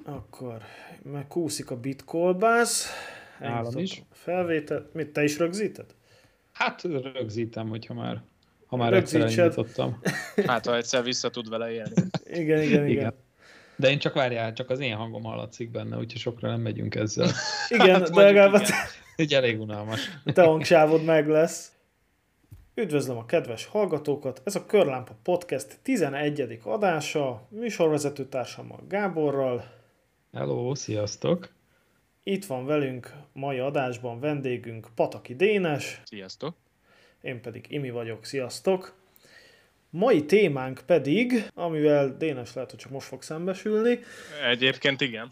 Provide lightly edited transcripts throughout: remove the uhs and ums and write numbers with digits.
Akkor megkúszik a bitkolbász. Nálam is. Felvétel. Mit, te is rögzíted? Hát rögzítem, ha már egyszer Rögzítsed. elindítottam. Hát, ha egyszer vissza tud vele élni. Igen. De én csak az én hangom hallatszik benne, úgyhogy sokra nem megyünk ezzel. Igen, Hát de legalább Úgy elég unalmas. te hangsávod meg lesz. Üdvözlöm a kedves hallgatókat! Ez a Körlámpa Podcast 11. adása, műsorvezető társammal Gáborral. Hello, sziasztok! Itt van velünk mai adásban vendégünk Pataki Dénes. Sziasztok! Én pedig Imi vagyok, sziasztok! Mai témánk pedig, amivel Dénes lehet, hogy csak most fog szembesülni. Egyébként igen.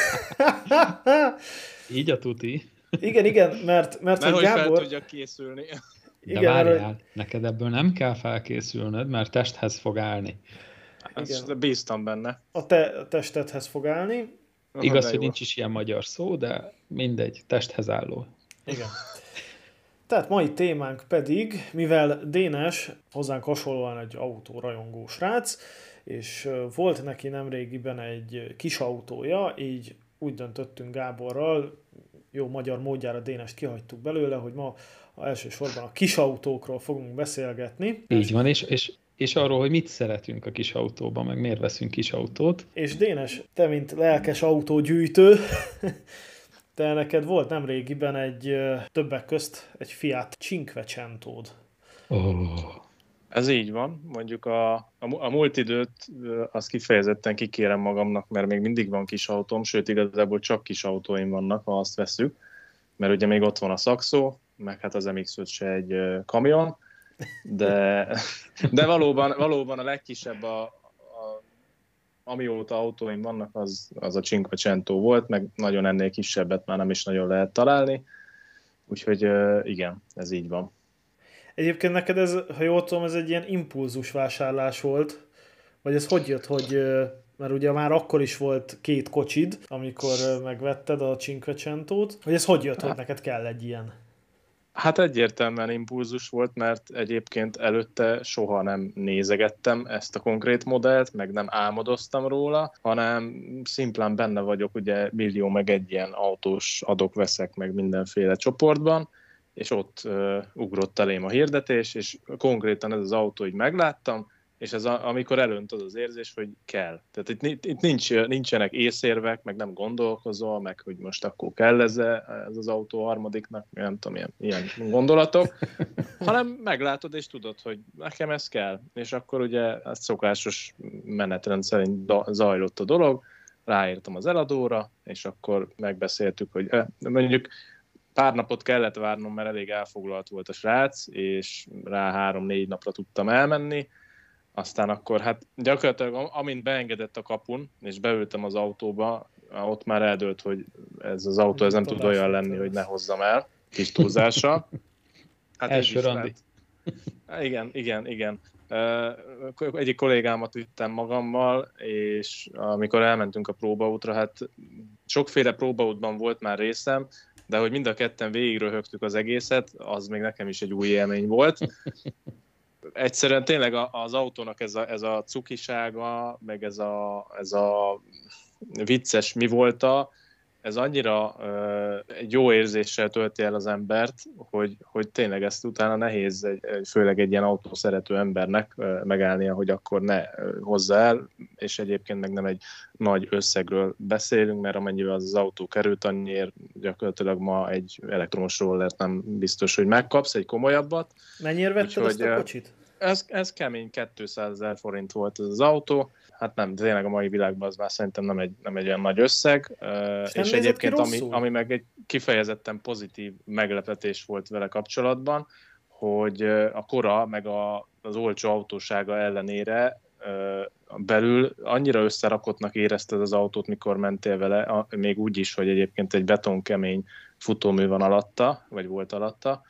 Így a tuti. Igen, mert Nehogy Gábor... fel tudjak készülni. De várjál, neked ebből nem kell felkészülnöd, mert testhez fog állni. Ezt bíztam benne. A te testethez fog állni. Igaz, hogy nincs is ilyen magyar szó, de mindegy, testhez álló. Igen. Tehát mai témánk pedig, mivel Dénes hozzánk hasonlóan egy autórajongó srác, és volt neki nemrégiben egy kis autója, így úgy döntöttünk Gáborral, jó magyar módjára Dénest kihagytuk belőle, hogy ma elsősorban a kis autókról fogunk beszélgetni. Így van, és arról, hogy mit szeretünk a kis autóban, meg miért veszünk kis autót. És Dénes, te mint lelkes autógyűjtő, te neked volt nemrégiben egy többek közt egy Fiat Cinquecentód. Ez így van. Mondjuk a múlt időt azt kifejezetten kikérem magamnak, mert még mindig van kis autóm, sőt igazából csak kis autóim vannak, ha azt vesszük. Mert ugye még ott van a Saxo, meg hát az MX-5 se egy kamion, de valóban a legkisebb amióta autóim vannak, az a Cinquecento volt, meg nagyon ennél kisebbet már nem is nagyon lehet találni. Úgyhogy igen, ez így van. Egyébként neked ez, ha jól tudom, ez egy ilyen impulzus vásárlás volt, vagy ez hogy jött, mert ugye már akkor is volt két kocsid, amikor megvetted a Cinquecentót, hogy ez hogy jött, hogy neked kell egy ilyen? Hát egyértelműen impulzus volt, mert egyébként előtte soha nem nézegettem ezt a konkrét modellt, meg nem álmodoztam róla, hanem szimplán benne vagyok, ugye millió meg egy ilyen autós adok-veszek meg mindenféle csoportban, és ott ugrott elém a hirdetés, és konkrétan ez az autó így megláttam, és ez amikor elönt az érzés, hogy kell. Tehát itt nincsenek észérvek, meg nem gondolkozol, meg hogy most akkor kell ez az autó harmadiknak, nem tudom, ilyen gondolatok, hanem meglátod és tudod, hogy nekem ez kell. És akkor ugye ez szokásos menetrend szerint zajlott a dolog, ráírtam az eladóra, és akkor megbeszéltük, hogy mondjuk pár napot kellett várnom, mert elég elfoglalt volt a srác, és rá 3-4 napra tudtam elmenni. Aztán akkor hát gyakorlatilag amint beengedett a kapun, és beültem az autóba, ott már eldőlt, hogy ez az autó ez nem tud olyan lenni, hogy ne hozzam el, kis túlzással. Hát első randi. Igen. Egyik kollégámat vittem magammal, és amikor elmentünk a próbaútra, hát sokféle próbaútban volt már részem, de hogy mind a ketten végigröhögtük az egészet, az még nekem is egy új élmény volt. Egyszerűen tényleg az autónak ez a cukisága, meg ez a vicces mi volta, ez annyira egy jó érzéssel tölti el az embert, hogy tényleg ezt utána nehéz, főleg egy ilyen autószerető embernek megállnia, hogy akkor ne hozza el, és egyébként meg nem egy nagy összegről beszélünk, mert amennyivel az autó került, annyiért gyakorlatilag ma egy elektromos rollert nem biztos, hogy megkapsz, egy komolyabbat. Mennyire vetted ezt a kocsit? Ez kemény 200 000 forint volt ez az autó. Hát nem, tényleg a mai világban az már szerintem nem egy olyan nagy összeg. És egyébként ami meg egy kifejezetten pozitív meglepetés volt vele kapcsolatban, hogy a kora meg az olcsó autósága ellenére belül annyira összerakottnak érezted az autót, mikor mentél vele, még úgy is, hogy egyébként egy betonkemény futómű van alatta, vagy volt alatta,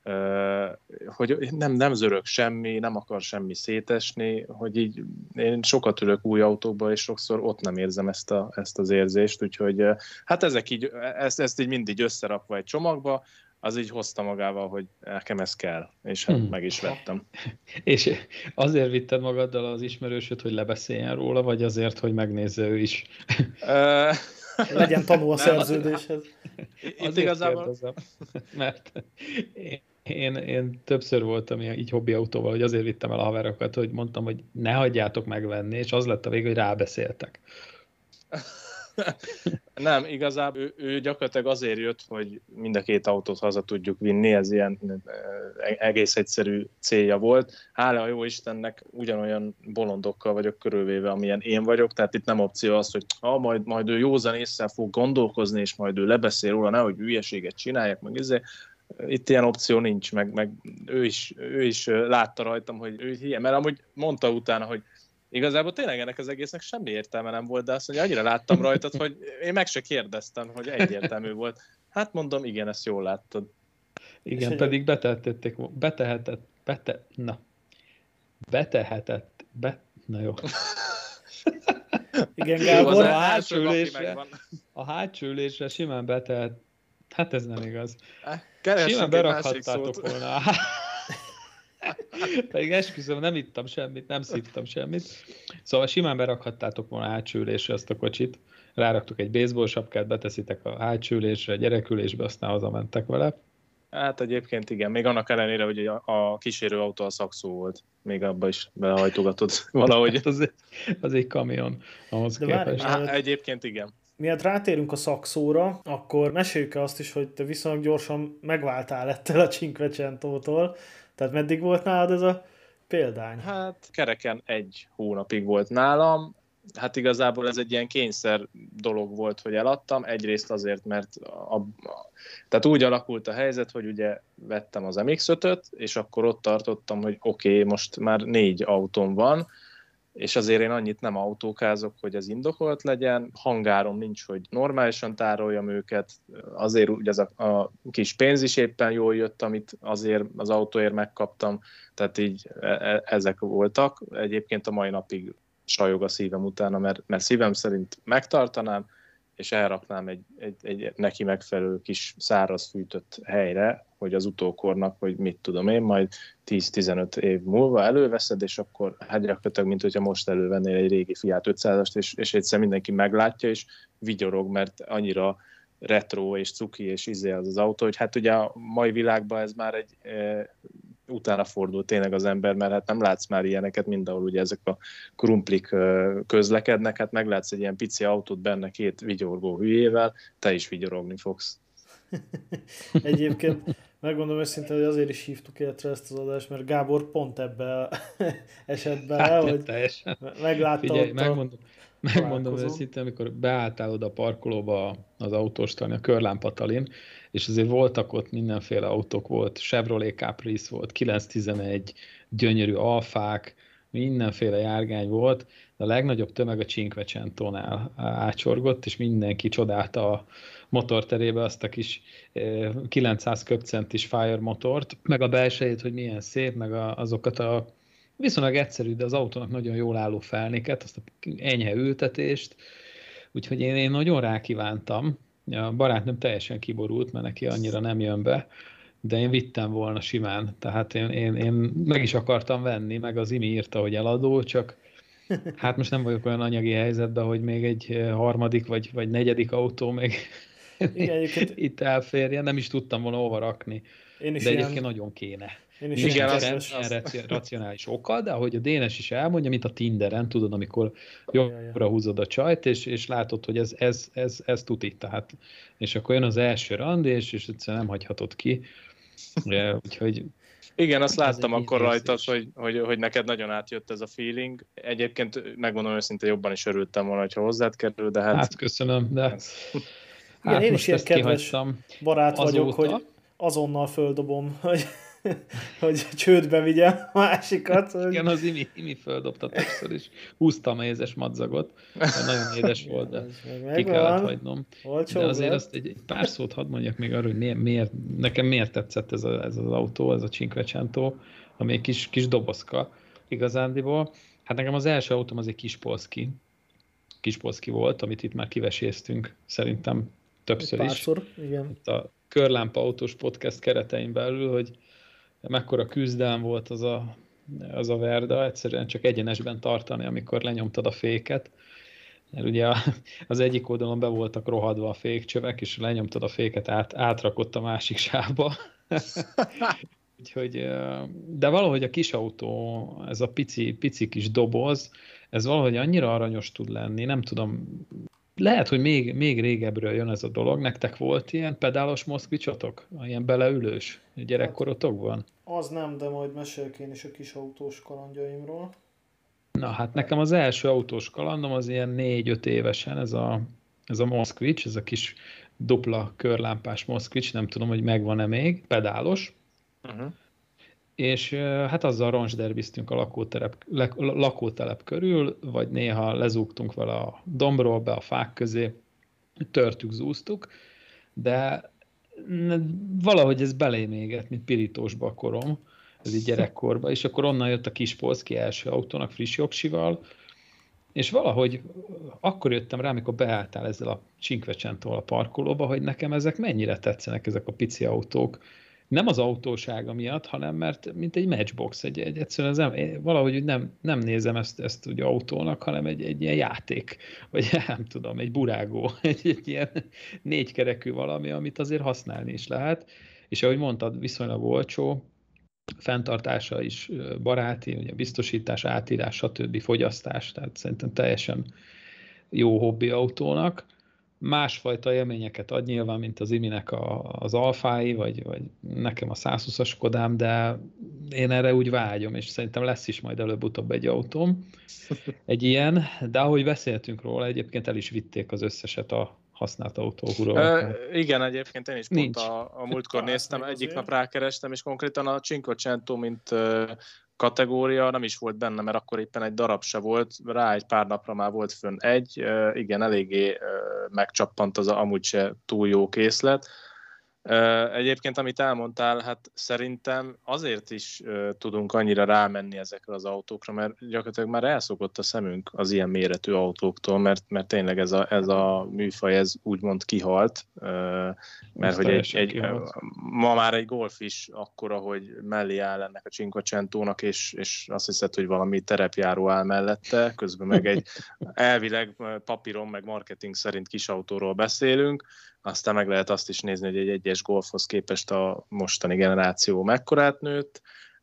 hogy nem zörög semmi, nem akar semmi szétesni, hogy így én sokat ülök új autókba, és sokszor ott nem érzem ezt az érzést, úgyhogy hát ezek így, ezt így mindig összerakva egy csomagba, az így hozta magával, hogy nekem ez kell, és hát meg is vettem. És azért vitted magaddal az ismerősöt, hogy lebeszéljen róla, vagy azért, hogy megnézze ő is? Legyen tanú a szerződéshez. Azért igazából... kérdezem, mert én többször voltam így hobbiautóval, hogy azért vittem el a haverokat, hogy mondtam, hogy ne hagyjátok megvenni, és az lett a vége, hogy rábeszéltek. Nem, igazából ő gyakorlatilag azért jött, hogy mind a két autót haza tudjuk vinni, ez ilyen egész egyszerű célja volt. Hála a jó Istennek ugyanolyan bolondokkal vagyok körülvéve, amilyen én vagyok, tehát itt nem opció az, hogy majd ő józan ésszel fog gondolkozni, és majd ő lebeszél róla, nehogy hülyeséget csináljak, meg itt ilyen opció nincs, meg ő is látta rajtam, hogy ő hiány, mert amúgy mondta utána, hogy igazából tényleg ennek az egésznek semmi értelme nem volt, de azt mondja, annyira láttam rajtad, hogy én meg se kérdeztem, hogy egyértelmű volt. Hát mondom, igen, ezt jól láttad. Igen, pedig na jó. Igen, Gábor. A hátsó ülésre simán betehet, hát ez nem igaz. Simán berakhattátok volna. Pedig esküszöm, nem ittam semmit, nem szívtam semmit. Szóval simán berakhattátok volna a hátsó ülésre azt a kocsit, ráraktok egy baseball sapkát, beteszitek a hátsó ülésre, gyerekülésbe, aztán hazamentek vele. Hát egyébként igen, még annak ellenére, hogy a kísérőautó a szakszó volt, még abba is belehajtogatod valahogy. Hát az egy kamion ahhoz képest. Egyébként igen. Miért rátérünk a szakszóra, akkor meséljük azt is, hogy te viszonylag gyorsan megváltál ettől a Cinquecentótól. Tehát meddig volt nálad ez a példány? Hát kereken 1 hónapig volt nálam. Hát igazából ez egy ilyen kényszer dolog volt, hogy eladtam. Egyrészt azért, mert tehát úgy alakult a helyzet, hogy ugye vettem az MX-5-öt, és akkor ott tartottam, hogy oké, most már 4 autóm van, és azért én annyit nem autókázok, hogy ez indokolt legyen. Hangárom nincs, hogy normálisan tároljam őket. Azért ugye ez a kis pénz is éppen jól jött, amit azért az autóért megkaptam. Tehát így ezek voltak. Egyébként a mai napig sajog a szívem utána, mert szívem szerint megtartanám, és elraknám egy neki megfelelő kis száraz fűtött helyre, hogy az utókornak, hogy mit tudom én, majd 10-15 év múlva előveszed, és akkor hát gyakorlatilag, mint hogyha most elővennél egy régi Fiat 500-ast, és egyszer mindenki meglátja, és vigyorog, mert annyira retro és cuki és az autó, hogy hát ugye a mai világban ez már egy utána fordul tényleg az ember, mert hát nem látsz már ilyeneket, mindahol ugye ezek a krumplik közlekednek, hát meglátsz egy ilyen pici autót benne 2 vigyorgó hülyével, te is vigyorogni fogsz. Egyébként megmondom őszintén, hogy azért is hívtuk életre ezt az adást, mert Gábor pont ebbe esett bele, hát, hogy meglátta. Figyelj, megmondom őszintén, amikor beálltál oda a parkolóba az autóstani, a Körlán-Patalin, és azért voltak ott mindenféle autók, volt Chevrolet Caprice volt, 911, gyönyörű alfák, mindenféle járgány volt, de a legnagyobb tömeg a Cinquecentónál átsorgott, és mindenki csodálta a motorterébe azt a kis 900 köbcentis Fire motort, meg a belsejét, hogy milyen szép, meg azokat a viszonylag egyszerű, de az autónak nagyon jól álló felnéket, azt a enyhe ültetést, úgyhogy én nagyon rákívántam. A barátnőm teljesen kiborult, mert neki annyira nem jön be, de én vittem volna simán, tehát én meg is akartam venni, meg az Imi írta, hogy eladó, csak hát most nem vagyok olyan anyagi helyzetben, hogy még egy harmadik vagy negyedik autó még itt elférjen, nem is tudtam volna hova rakni, de egyébként nagyon kéne. Igen, az racionális oka, de ahogy a Dénes is elmondja, mint a Tinderen, tudod, amikor jobbra húzod a csajt, és látod, hogy ez tuti, tehát, és akkor jön az első randi, és egyszerűen nem hagyhatod ki. Úgyhogy igen, azt láttam akkor rajtad, hogy neked nagyon átjött ez a feeling. Egyébként megmondom őszintén, jobban is örültem volna, hogyha hozzád kerül, de hát... Hát köszönöm, de... Igen, én is ilyen kedves barát vagyok, hogy azonnal földobom, hogy csődbe vigyem a másikat. Hogy... Igen, az Imi földobta többször is. Húztam a mézes madzagot, mert nagyon édes volt, de ki kellett hagynom. De azért azt egy pár szót hadd mondjak még arra, hogy nekem miért tetszett ez az autó, ez a Cinquecento, ami egy kis dobozka igazándiból. Hát nekem az első autóm az egy Kispolszki volt, amit itt már kiveséztünk szerintem többször párszor, is. igen. Itt a Körlámpa autós podcast keretein belül, hogy mekkora küzdelem volt az a Verda, egyszerűen csak egyenesben tartani, amikor lenyomtad a féket. Mert ugye az egyik oldalon be voltak rohadva a fékcsövek, és lenyomtad a féket, átrakott a másik sávba. Úgyhogy, de valahogy a kis autó, ez a pici kis doboz, ez valahogy annyira aranyos tud lenni, nem tudom, lehet, hogy még régebről jön ez a dolog. Nektek volt ilyen pedálos moszkvicsotok? Ilyen beleülős gyerekkorotokban? Az nem, de majd mesélek én is a kis autós kalandjaimról. Na hát nekem az első autós kalandom az ilyen 4-5 évesen, ez a Moszkvics, ez a kis dupla körlámpás Moszkvics, nem tudom, hogy megvan-e még, pedálos. És hát azzal roncsderbiztünk a lakótelep körül, vagy néha lezúgtunk vele a dombról be a fák közé, törtük, zúztuk, de valahogy ez belém égett, mint pirítósba a korom, ez így gyerekkorban, és akkor onnan jött a kis polszki első autónak friss jogsival, és valahogy akkor jöttem rá, amikor beálltál ezzel a Cinquecentával a parkolóba, hogy nekem ezek mennyire tetszenek, ezek a pici autók. Nem az autósága miatt, hanem mert mint egy matchbox, egyszerűen valahogy nem nézem ezt ugye autónak, hanem egy ilyen játék, vagy nem tudom, egy burágó, egy ilyen négykerekű valami, amit azért használni is lehet. És ahogy mondtad, viszonylag olcsó, fenntartása is baráti, ugye biztosítás, átírás, stb. Fogyasztás, tehát szerintem teljesen jó hobbi autónak. Másfajta élményeket ad nyilván, mint az Iminek az Alfái, vagy nekem a 120-as Kodám, de én erre úgy vágyom, és szerintem lesz is majd előbb-utóbb egy autóm. Egy ilyen, de ahogy beszéltünk róla, egyébként el is vitték az összeset a használt autóhurolóknak. Igen, egyébként én is pont a múltkor néztem, egyik nap rákerestem, és konkrétan a Cinquecento, mint kategória nem is volt benne, mert akkor éppen egy darab se volt, rá egy pár napra már volt fönn egy, igen, eléggé megcsappant az amúgy se túl jó készlet. Egyébként, amit elmondtál, hát szerintem azért is tudunk annyira rámenni ezekre az autókra, mert gyakorlatilag már elszokott a szemünk az ilyen méretű autóktól, mert tényleg ez a műfaj, ez úgymond kihalt, mert hogy ma már egy Golf is akkora, hogy mellé áll ennek a Cinquecentónak, és azt hiszed, hogy valami terepjáró áll mellette, közben meg egy elvileg papíron, meg marketing szerint kis autóról beszélünk, aztán meg lehet azt is nézni, hogy egy egyes Golfhoz képest a mostani generáció mekkorát nőtt,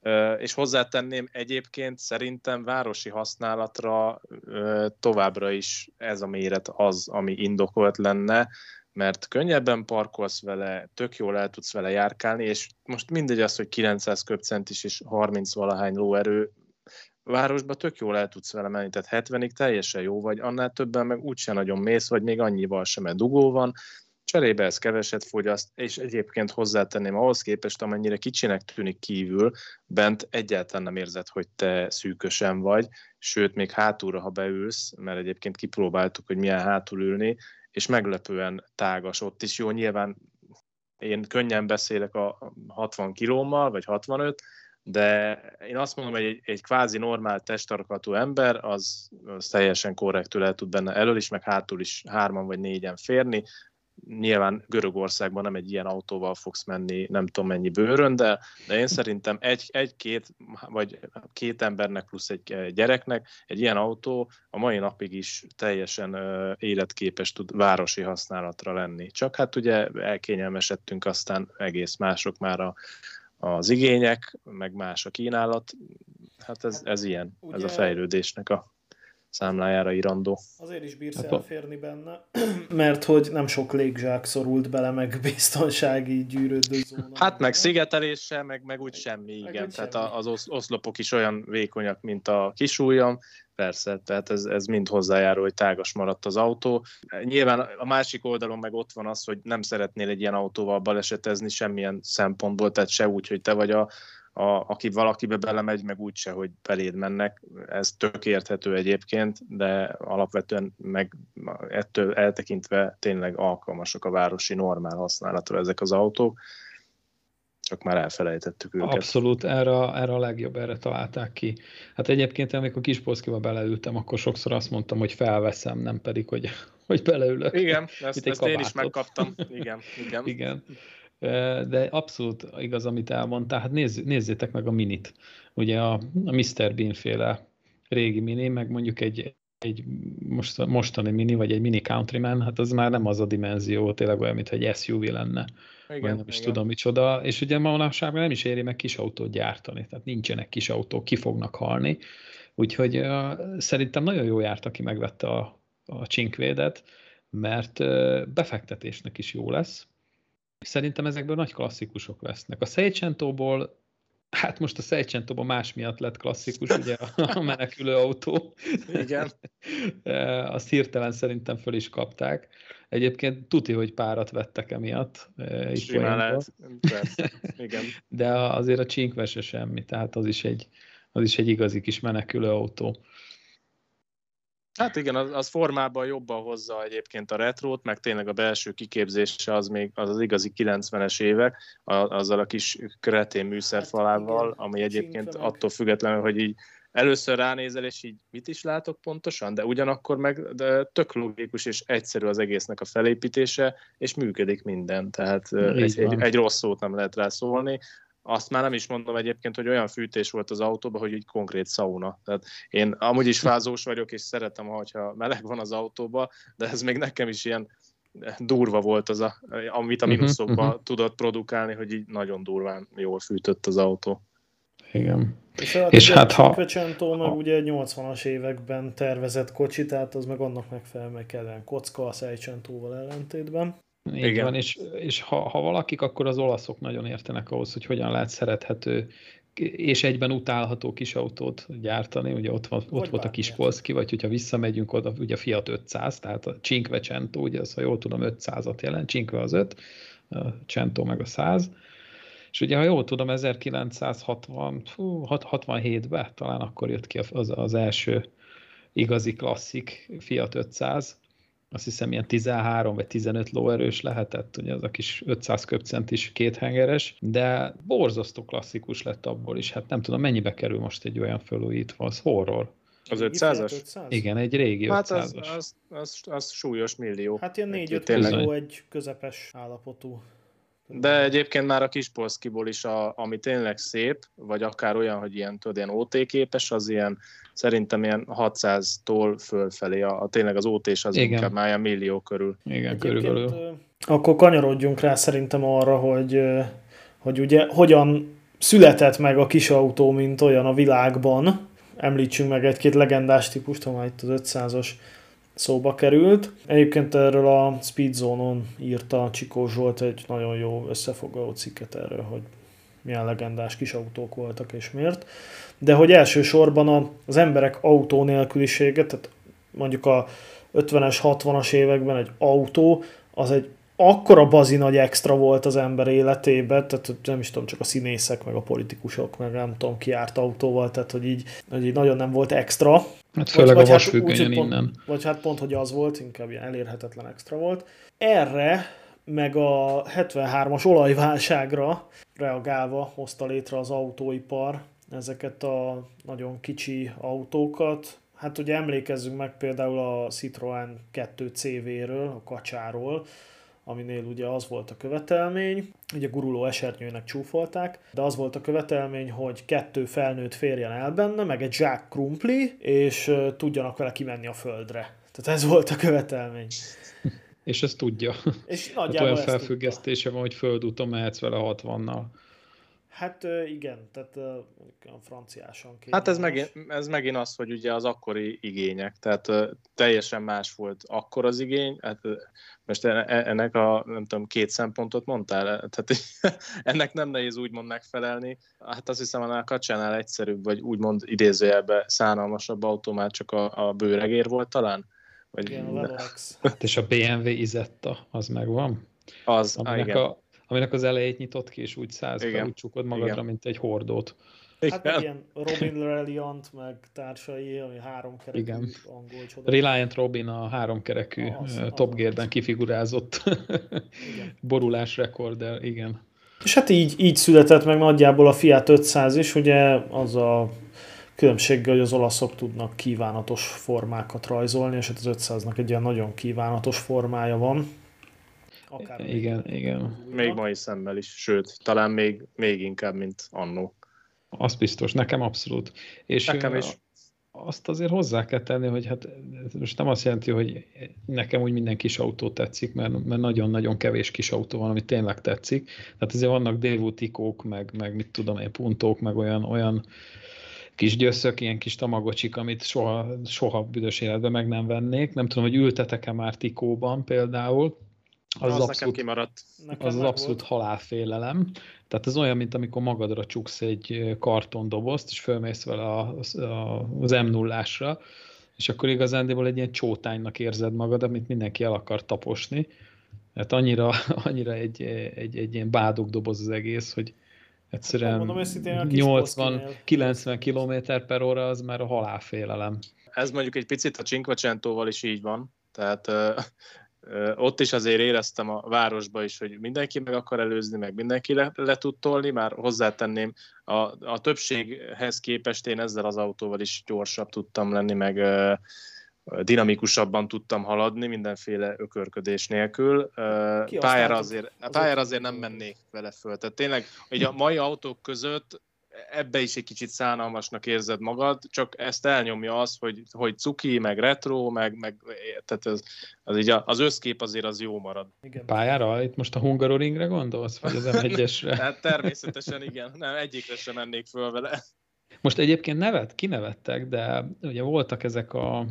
és hozzátenném, egyébként szerintem városi használatra továbbra is ez a méret az, ami indokolt lenne, mert könnyebben parkolsz vele, tök jól el tudsz vele járkálni, és most mindegy az, hogy 900 köbcentis és 30-valahány lóerő, városba tök jól el tudsz vele menni, tehát 70-ig teljesen jó vagy, annál többen meg úgyse nagyon mész, vagy még annyival sem, mert dugó van, cserébe ez keveset fogyaszt, és egyébként hozzátenném, ahhoz képest, amennyire kicsinek tűnik kívül, bent egyáltalán nem érzed, hogy te szűkösen vagy, sőt, még hátulra, ha beülsz, mert egyébként kipróbáltuk, hogy milyen hátul ülni, és meglepően tágas ott is. Jó, nyilván én könnyen beszélek a 60 kilómmal, vagy 65, de én azt mondom, hogy egy kvázi normál testarkatú ember, az teljesen korrektül el tud benne elől is, meg hátul is 3 vagy 4-en férni. Nyilván Görögországban nem egy ilyen autóval fogsz menni, nem tudom mennyi bőrön, de én szerintem egy-két, vagy 2 embernek plusz egy gyereknek egy ilyen autó a mai napig is teljesen életképes tud városi használatra lenni. Csak hát ugye elkényelmesedtünk, aztán egész mások már az igények, meg más a kínálat. Hát ez ilyen, ugye, ez a fejlődésnek a számlájára írandó. Azért is bírsz elférni benne, mert hogy nem sok légzsák szorult bele, meg biztonsági gyűrődőzóna. Hát meg szigeteléssel, meg úgy semmi, igen. Tehát az oszlopok is olyan vékonyak, mint a kisujjam. Persze, tehát ez mind hozzájárul, hogy tágas maradt az autó. Nyilván a másik oldalon meg ott van az, hogy nem szeretnél egy ilyen autóval balesetezni semmilyen szempontból, tehát se úgy, hogy te vagy aki valakibe belemegy, meg úgyse, hogy beléd mennek. Ez tök érthető egyébként, de alapvetően meg ettől eltekintve tényleg alkalmasak a városi normál használatra ezek az autók. csak már elfelejtettük őket. Abszolút, erre a legjobb, erre találták ki. Hát egyébként, amikor Kispolszkiba beleültem, akkor sokszor azt mondtam, hogy felveszem, nem pedig, hogy beleülök. Igen, ezt én is megkaptam. Igen. De abszolút igaz, amit elmondtál. Hát nézzétek meg a Minit. Ugye a Mr. Bean féle régi Mini, meg mondjuk egy mostani Mini, vagy egy Mini Countryman, hát az már nem az a dimenzió, tényleg olyan, mintha egy SUV lenne. Igen, vagy nem is tudom micsoda. És ugye manapság nem is éri meg kisautót gyártani, tehát nincsenek kisautók, ki fognak halni. Úgyhogy szerintem nagyon jó járt, aki megvette a Cinquedet, mert befektetésnek is jó lesz. Szerintem ezekből nagy klasszikusok lesznek. A Seicento-ból, hát most a Seicento-ból más miatt lett klasszikus, ugye a menekülő autó. Igen. Azt hirtelen szerintem föl is kapták. Egyébként tuti, hogy párat vettek emiatt. Simán lehet. Igen. De azért a Cinque se semmi, tehát az is egy igazi kis menekülő autó. Hát igen, az formában jobban hozza egyébként a retrót, meg tényleg a belső kiképzése az még az igazi 90-es évek, azzal a kis kretén műszerfalával, hát ami egyébként attól függetlenül, hogy így először ránézel, és így mit is látok pontosan, de ugyanakkor meg tök logikus és egyszerű az egésznek a felépítése, és működik minden, tehát egy rossz szót nem lehet rá szólni. Azt már nem is mondom egyébként, hogy olyan fűtés volt az autóban, hogy így konkrét szauna. Tehát én amúgy is fázós vagyok, és szeretem, hogyha meleg van az autóban, de ez még nekem is ilyen durva volt amit a mínuszokban tudott produkálni, hogy így nagyon durván jól fűtött az autó. Igen. És hát a Cinquecento meg ugye 80-as években tervezett kocsi, tehát az meg annak megfelelően meg kellene kocka a Seicentóval ellentétben. Így van, és ha valakik, akkor az olaszok nagyon értenek ahhoz, hogy hogyan lehet szerethető és egyben utálható kis autót gyártani. Ugye ott volt a Kispolszki, vagy hogyha visszamegyünk oda, ugye a Fiat 500, tehát a Cinquecento, ugye az, ha jól tudom, 500-at jelent, Cinque az 5, a Cento meg a 100. És ugye, ha jól tudom, 1967-ben talán akkor jött ki az első igazi klasszik Fiat 500, azt hiszem ilyen 13 vagy 15 lóerős lehetett, ugye az a kis 500 köbcentis kéthengeres, de borzasztó klasszikus lett abból is. Hát nem tudom, mennyibe kerül most egy olyan felújítva, az horror. Az 500-as? Igen, egy régi 500-as. Hát az súlyos millió. Hát ilyen 4-5 millió egy közepes állapotú. De egyébként már a Kispolszkiból is, ami tényleg szép, vagy akár olyan, hogy ilyen OT-képes, az ilyen, szerintem ilyen 600-tól fölfelé. Tényleg az OT-s az inkább már ilyen millió körül. Igen, körülbelül. Akkor kanyarodjunk rá szerintem arra, hogy ugye hogyan született meg a kis autó, mint olyan a világban. Említsünk meg egy-két legendás típust, ha már itt az 500-as szóba került. Egyébként erről a Speedzone-on írta Csikó Zsolt egy nagyon jó összefoglaló cikket erről, hogy milyen legendás kis autók voltak és miért. De hogy elsősorban az emberek autó nélkülisége, tehát mondjuk a 50-es, 60-as években egy autó, az egy akkora bazi nagy extra volt az ember életében, tehát nem is tudom, csak a színészek, meg a politikusok, meg nem tudom, ki járt autóval, tehát hogy így nagyon nem volt extra. Hát főleg a vasfüggönyen innen. Vagy hát pont, hogy az volt, inkább ilyen elérhetetlen extra volt. Erre, meg a 73-as olajválságra reagálva hozta létre az autóipar ezeket a nagyon kicsi autókat. Hát ugye emlékezzünk meg például a Citroën 2 CV-ről, a kacsáról, aminél ugye az volt a követelmény, ugye guruló esernyőnek csúfolták, de az volt a követelmény, hogy 2 felnőtt férjen el benne, meg egy zsák krumpli, és tudjanak vele kimenni a földre. Tehát ez volt a követelmény. És ezt tudja. És hát olyan felfüggesztése van, hogy földúton mehetsz vele 60-nal. Hát igen, tehát franciásan kéne. Hát ez megint az, hogy ugye az akkori igények, tehát teljesen más volt akkor az igény, hát most ennek nem tudom, 2 szempontot mondtál, tehát ennek nem nehéz úgymond megfelelni. Hát azt hiszem, annál Kacsánál egyszerűbb, vagy úgymond idézőjelben szánalmasabb autó már csak a bőregér volt talán? Vagy igen, a Velorex. És a BMW Isetta, az megvan? Az, igen. Aminek az elejét nyitott ki, és úgy száz fel, úgy csukod magadra, igen, mint egy hordót. Hát meg ilyen Robin Reliant, meg társai, ami 3 kerekű angol csoda. Reliant Robin a 3 kerekű Top Gear-ben kifigurázott borulás rekorder, igen. És hát így született meg nagyjából a Fiat 500 is, ugye az a különbséggel, hogy az olaszok tudnak kívánatos formákat rajzolni, és hát az 500-nak egy ilyen nagyon kívánatos formája van. Akár igen. Még mai szemmel is, sőt, talán még inkább, mint annó. Az biztos, nekem abszolút. És nekem is. Azt azért hozzá kell tenni, hogy hát most nem azt jelenti, hogy nekem úgy minden kis autó tetszik, mert nagyon-nagyon kevés kis autó van, ami tényleg tetszik. Tehát azért vannak Daewoo Tikók, meg mit tudom én, Puntók, meg olyan kis gyöszök, ilyen kis tamagocsik, amit soha büdös életben meg nem vennék. Nem tudom, hogy ültetek-e már Tikóban például. Az abszolút, kimaradt. Az abszolút halálfélelem. Tehát ez olyan, mint amikor magadra csuksz egy kartondobozt, és fölmész vele az M0-ásra, és akkor igazándiból egy ilyen csótánynak érzed magad, amit mindenki el akar taposni. Hát annyira egy ilyen bádogdoboz az egész, hogy egyszerűen 80-90 km/h az már a halálfélelem. Ez mondjuk egy picit a Cinquecentóval is így van. Tehát ott is azért éreztem a városba is, hogy mindenki meg akar előzni, meg mindenki le tud tolni, már hozzátenném, a többséghez képest én ezzel az autóval is gyorsabb tudtam lenni, meg dinamikusabban tudtam haladni, mindenféle ökörködés nélkül. Pályára azért nem mennék vele föl. Tehát tényleg, hogy a mai autók között ebbe is egy kicsit szánalmasnak érzed magad, csak ezt elnyomja az, hogy cuki, meg retro, meg tehát az így az összkép azért az jó marad. Igen. Pályára? Itt most a Hungaroringre gondolsz? Vagy az M1-esre? Hát természetesen igen. Nem, egyikre sem mennék föl vele. Most egyébként kinevettek, de ugye voltak ezek a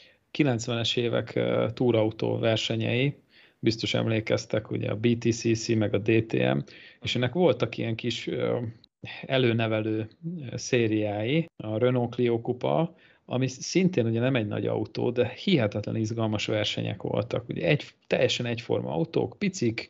90-es évek túrautó versenyei, biztos emlékeztek, ugye a BTCC, meg a DTM, és ennek voltak ilyen kis előnevelő szériái, a Renault Clio kupa, ami szintén ugye nem egy nagy autó, de hihetetlen izgalmas versenyek voltak. Ugye teljesen egyforma autók, picik,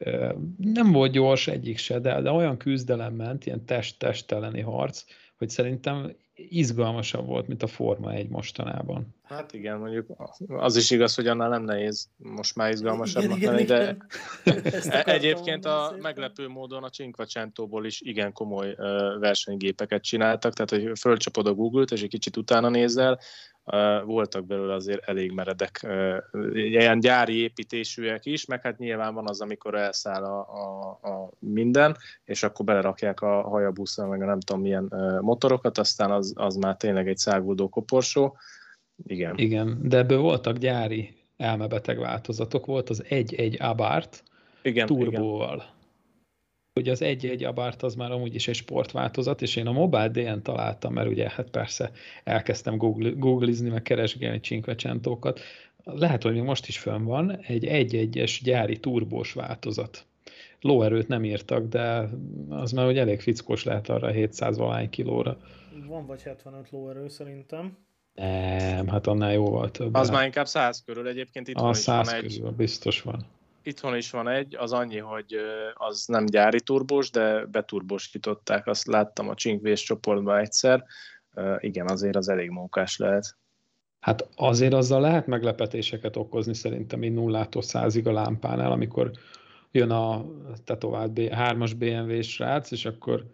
nem volt gyors egyik se, de olyan küzdelem ment, ilyen test elleni harc, hogy szerintem izgalmasabb volt, mint a Forma 1 mostanában. Hát igen, mondjuk az is igaz, hogy annál nem nehéz most már izgalmasabbnak lenni, de egyébként meglepő módon a Cinquecentóból is igen komoly versenygépeket csináltak, tehát hogy fölcsapod a Google-t, és egy kicsit utána nézel, voltak belőle azért elég meredek, ilyen gyári építésűek is, meg hát nyilván van az, amikor elszáll a minden, és akkor belerakják a Hayabusa, meg a nem tudom milyen motorokat, aztán az már tényleg egy száguldó koporsó. Igen, de ebből voltak gyári elmebeteg változatok, volt az 1.1 Abarth turbóval. Igen. Ugye az 1.1 Abarth az már amúgy is egy sportváltozat, és én a Mobile DN találtam, mert ugye hát persze elkezdtem googlizni, meg keresgélni Cinquecentókat. Lehet, hogy még most is fönn van, egy 1.1-es gyári turbós változat. Lóerőt nem írtak, de az már ugye elég fickós lehet arra 700-valány kilóra. Van vagy 75 lóerő szerintem. Nem, hát annál jóval több. Az már inkább 100 körül, egyébként itthon is 100 van körül, biztos van. Itthon is van egy, az annyi, hogy az nem gyári turbós, de beturbosították, azt láttam a Cinqués csoportban egyszer. Igen, azért az elég mókás lehet. Hát azért azzal lehet meglepetéseket okozni szerintem így 0-tól 100-ig a lámpánál, amikor jön a tetovált 3-as BMW-s srác, és akkor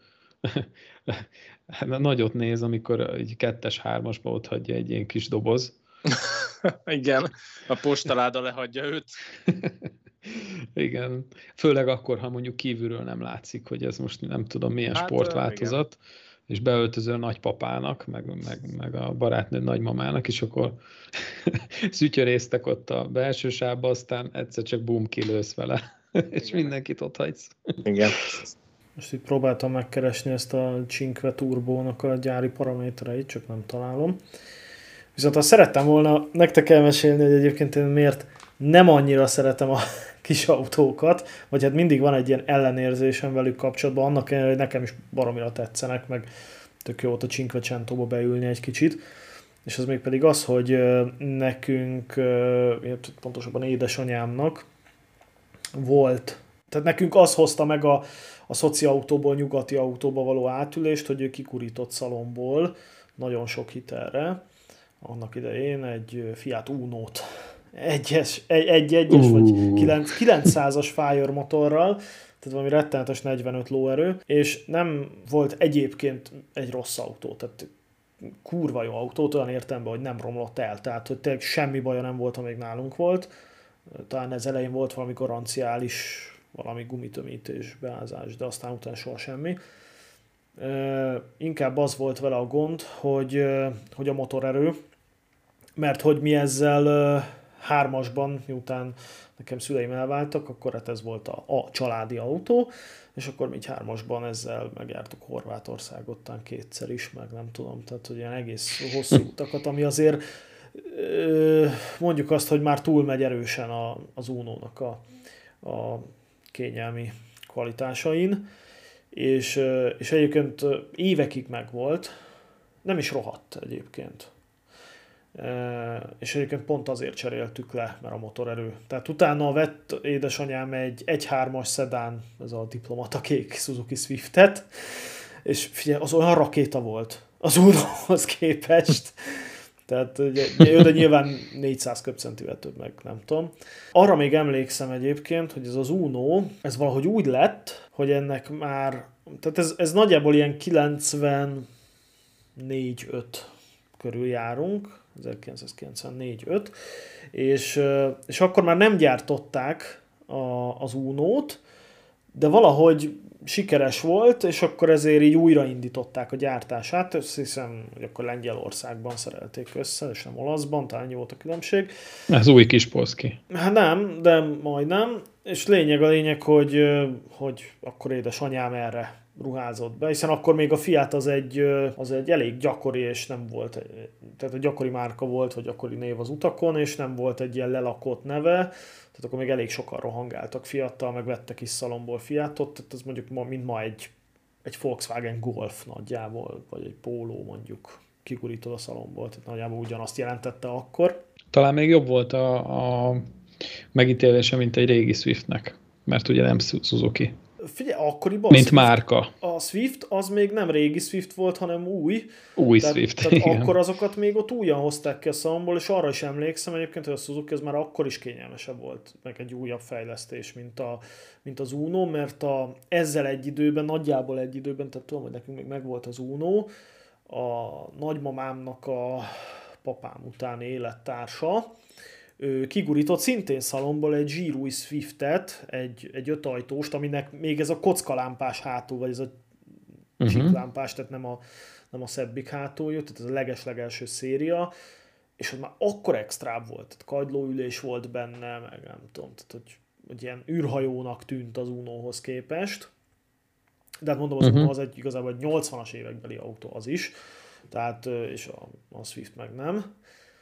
nagyot néz, amikor egy 2-es 3-asba ott hagyja egy ilyen kis doboz. Igen, a postaláda lehagyja őt. Igen, főleg akkor, ha mondjuk kívülről nem látszik, hogy ez most nem tudom milyen sportváltozat, és beöltözöl nagypapának, meg a barátnőd nagymamának, és akkor szütyöréztek ott a belső sávba, aztán egyszer csak bum, kilősz vele, és igen, mindenkit ott hagysz. Igen. Most itt próbáltam megkeresni ezt a Cinque Turbónak a gyári paramétereit, csak nem találom. Viszont azt szerettem volna nektek elmesélni, hogy egyébként én miért nem annyira szeretem a kis autókat, vagy hát mindig van egy ilyen ellenérzésem velük kapcsolatban, annak ellenére, hogy nekem is baromira tetszenek, meg tök jó volt a Cinquecentóba beülni egy kicsit. És az még pedig az, hogy nekünk, pontosabban édesanyámnak volt, tehát nekünk az hozta meg a szoci autóból nyugati autóba való átülést, hogy ő kikurított szalomból nagyon sok hitelre. Annak idején egy Fiat Uno-t, egyes vagy 900-as Fire motorral, tehát valami rettenetes 45 lóerő, és nem volt egyébként egy rossz autó, tehát kurva jó autót, olyan értelemben, hogy nem romlott el, tehát hogy tényleg semmi baja nem volt, amíg nálunk volt. Talán ez elején volt valami garanciális, valami gumitömítés, beázás, de aztán utána soha semmi. Inkább az volt vele a gond, hogy a motorerő, mert hogy mi ezzel hármasban, miután nekem szüleim elváltak, akkor hát ez volt a családi autó, és akkor mi hármasban ezzel megjártuk Horvátországot, talán kétszer is, meg nem tudom, tehát hogy ilyen egész hosszú utakat, ami azért mondjuk azt, hogy már túlmegy erősen az Uno-nak a kényelmi kvalitásain, és egyébként évekig megvolt, nem is rohadt egyébként. És egyébként pont azért cseréltük le, mert a motorerő. Tehát utána vett édesanyám egy 1.3-as szedán, ez a diplomata kék Suzuki Swiftet, és figyelj, az olyan rakéta volt az Unohoz képest. Tehát de nyilván 400 köbcentivel több, meg nem tudom. Arra még emlékszem egyébként, hogy ez az Uno, ez valahogy úgy lett, hogy ennek már, tehát ez nagyjából ilyen 94-5 körül járunk, 1994-5, és akkor már nem gyártották az Unót, de valahogy sikeres volt, és akkor ezért így újraindították a gyártását. Azt hiszem, hogy akkor Lengyelországban szerelték össze, és nem olaszban, talán ennyi volt a különbség. Ez új kis Polszki. Hát nem, de majdnem. És lényeg, hogy akkor édesanyám erre ruházott be, hiszen akkor még a Fiat az egy elég gyakori, és nem volt, tehát egy gyakori márka volt, vagy gyakori név az utakon, és nem volt egy ilyen lelakott neve, tehát akkor még elég sokan rohangáltak Fiattal, meg vettek is szalomból Fiatot, tehát ez mondjuk mint ma egy Volkswagen Golf nagyjából, vagy egy Polo mondjuk kigurítod a szalomból, tehát nagyjából ugyanazt jelentette akkor. Talán még jobb volt a megítélése, mint egy régi Swiftnek, mert ugye nem Suzuki. Figyelj, akkoriban mint márka. A Swift az még nem régi Swift volt, hanem új. Swift. Tehát akkor azokat még ott újan hozták ki a szalomból, és arra is emlékszem egyébként, hogy a Suzuki az már akkor is kényelmesebb volt, meg egy újabb fejlesztés, mint az Uno, mert ezzel egy időben, nagyjából egy időben, tehát tudom, hogy nekünk még megvolt az Uno, a nagymamámnak a papám utáni élettársa, kigurított szintén szalomból egy zsírúj Swiftet, egy 5 ajtóst, aminek még ez a kockalámpás hátul, vagy ez a csíklámpás, tehát nem a szebbik hátul, tehát ez a leges-legelső széria, és az már akkor extrább volt, tehát kagylóülés volt benne, meg nem tudom, tehát hogy ilyen űrhajónak tűnt az Unohoz képest. De hát mondom, az Uno az igazából egy 80-as évekbeli autó az is, tehát, és a Swift meg nem.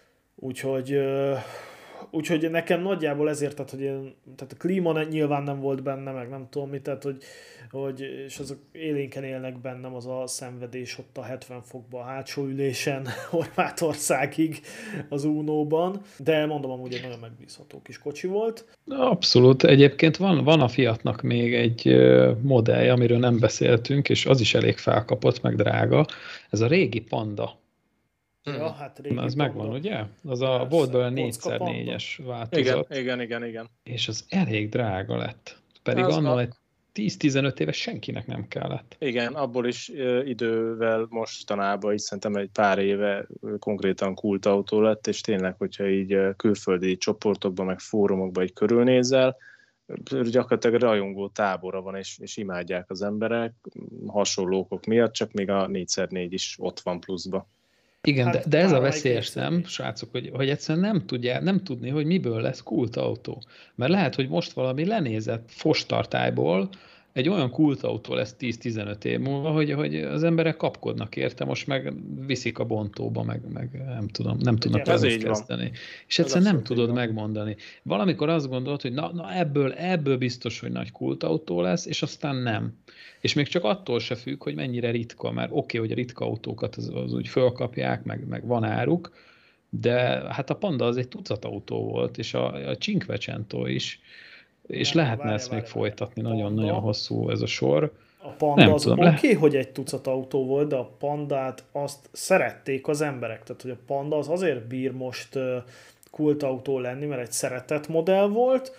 Úgyhogy nekem nagyjából ezért, tehát a klíma nyilván nem volt benne, meg nem tudom mit, tehát hogy és azok élénken élnek bennem az a szenvedés ott a 70 fokban a hátsó ülésen Horvátországig az Unóban, de mondom, amúgy egy nagyon megbízható kis kocsi volt. Abszolút. Egyébként van a Fiatnak még egy modellje, amiről nem beszéltünk, és az is elég felkapott, meg drága. Ez a régi Panda. Ja, hát régi az Panda. Megvan, ugye? Az volt belőle 4x4-es változat. Igen. És az elég drága lett. Pedig annól egy 10-15 éves senkinek nem kellett. Igen, abból is idővel mostanában is szerintem egy pár éve konkrétan kultautó lett, és tényleg, hogyha így külföldi csoportokban, meg fórumokban így körülnézel, gyakorlatilag rajongó tábora van, és imádják az emberek hasonló okok miatt, csak még a 4x4 is ott van pluszba. Igen, hát, de ez a veszélyes nem, srácok, hogy egyszerűen nem tudni, hogy miből lesz kultautó. Mert lehet, hogy most valami lenézett fostartályból egy olyan kultautó lesz 10-15 év múlva, hogy az emberek kapkodnak érte, most meg viszik a bontóba, meg nem tudnak vele kezdeni. És egyszerűen nem tudod megmondani. Valamikor azt gondolod, hogy na ebből biztos, hogy nagy kultautó lesz, és aztán nem. És még csak attól se függ, hogy mennyire ritka, mert oké, hogy a ritka autókat az úgy fölkapják, meg van áruk, de hát a Panda az egy tucat autó volt, és a Cinquecento is, és lehetne ezt még folytatni, nagyon-nagyon hosszú ez a sor. A Panda az oké, hogy egy tucat autó volt, de a Pandát azt szerették az emberek. Tehát, hogy a Panda az azért bír most kultautó lenni, mert egy szeretett modell volt,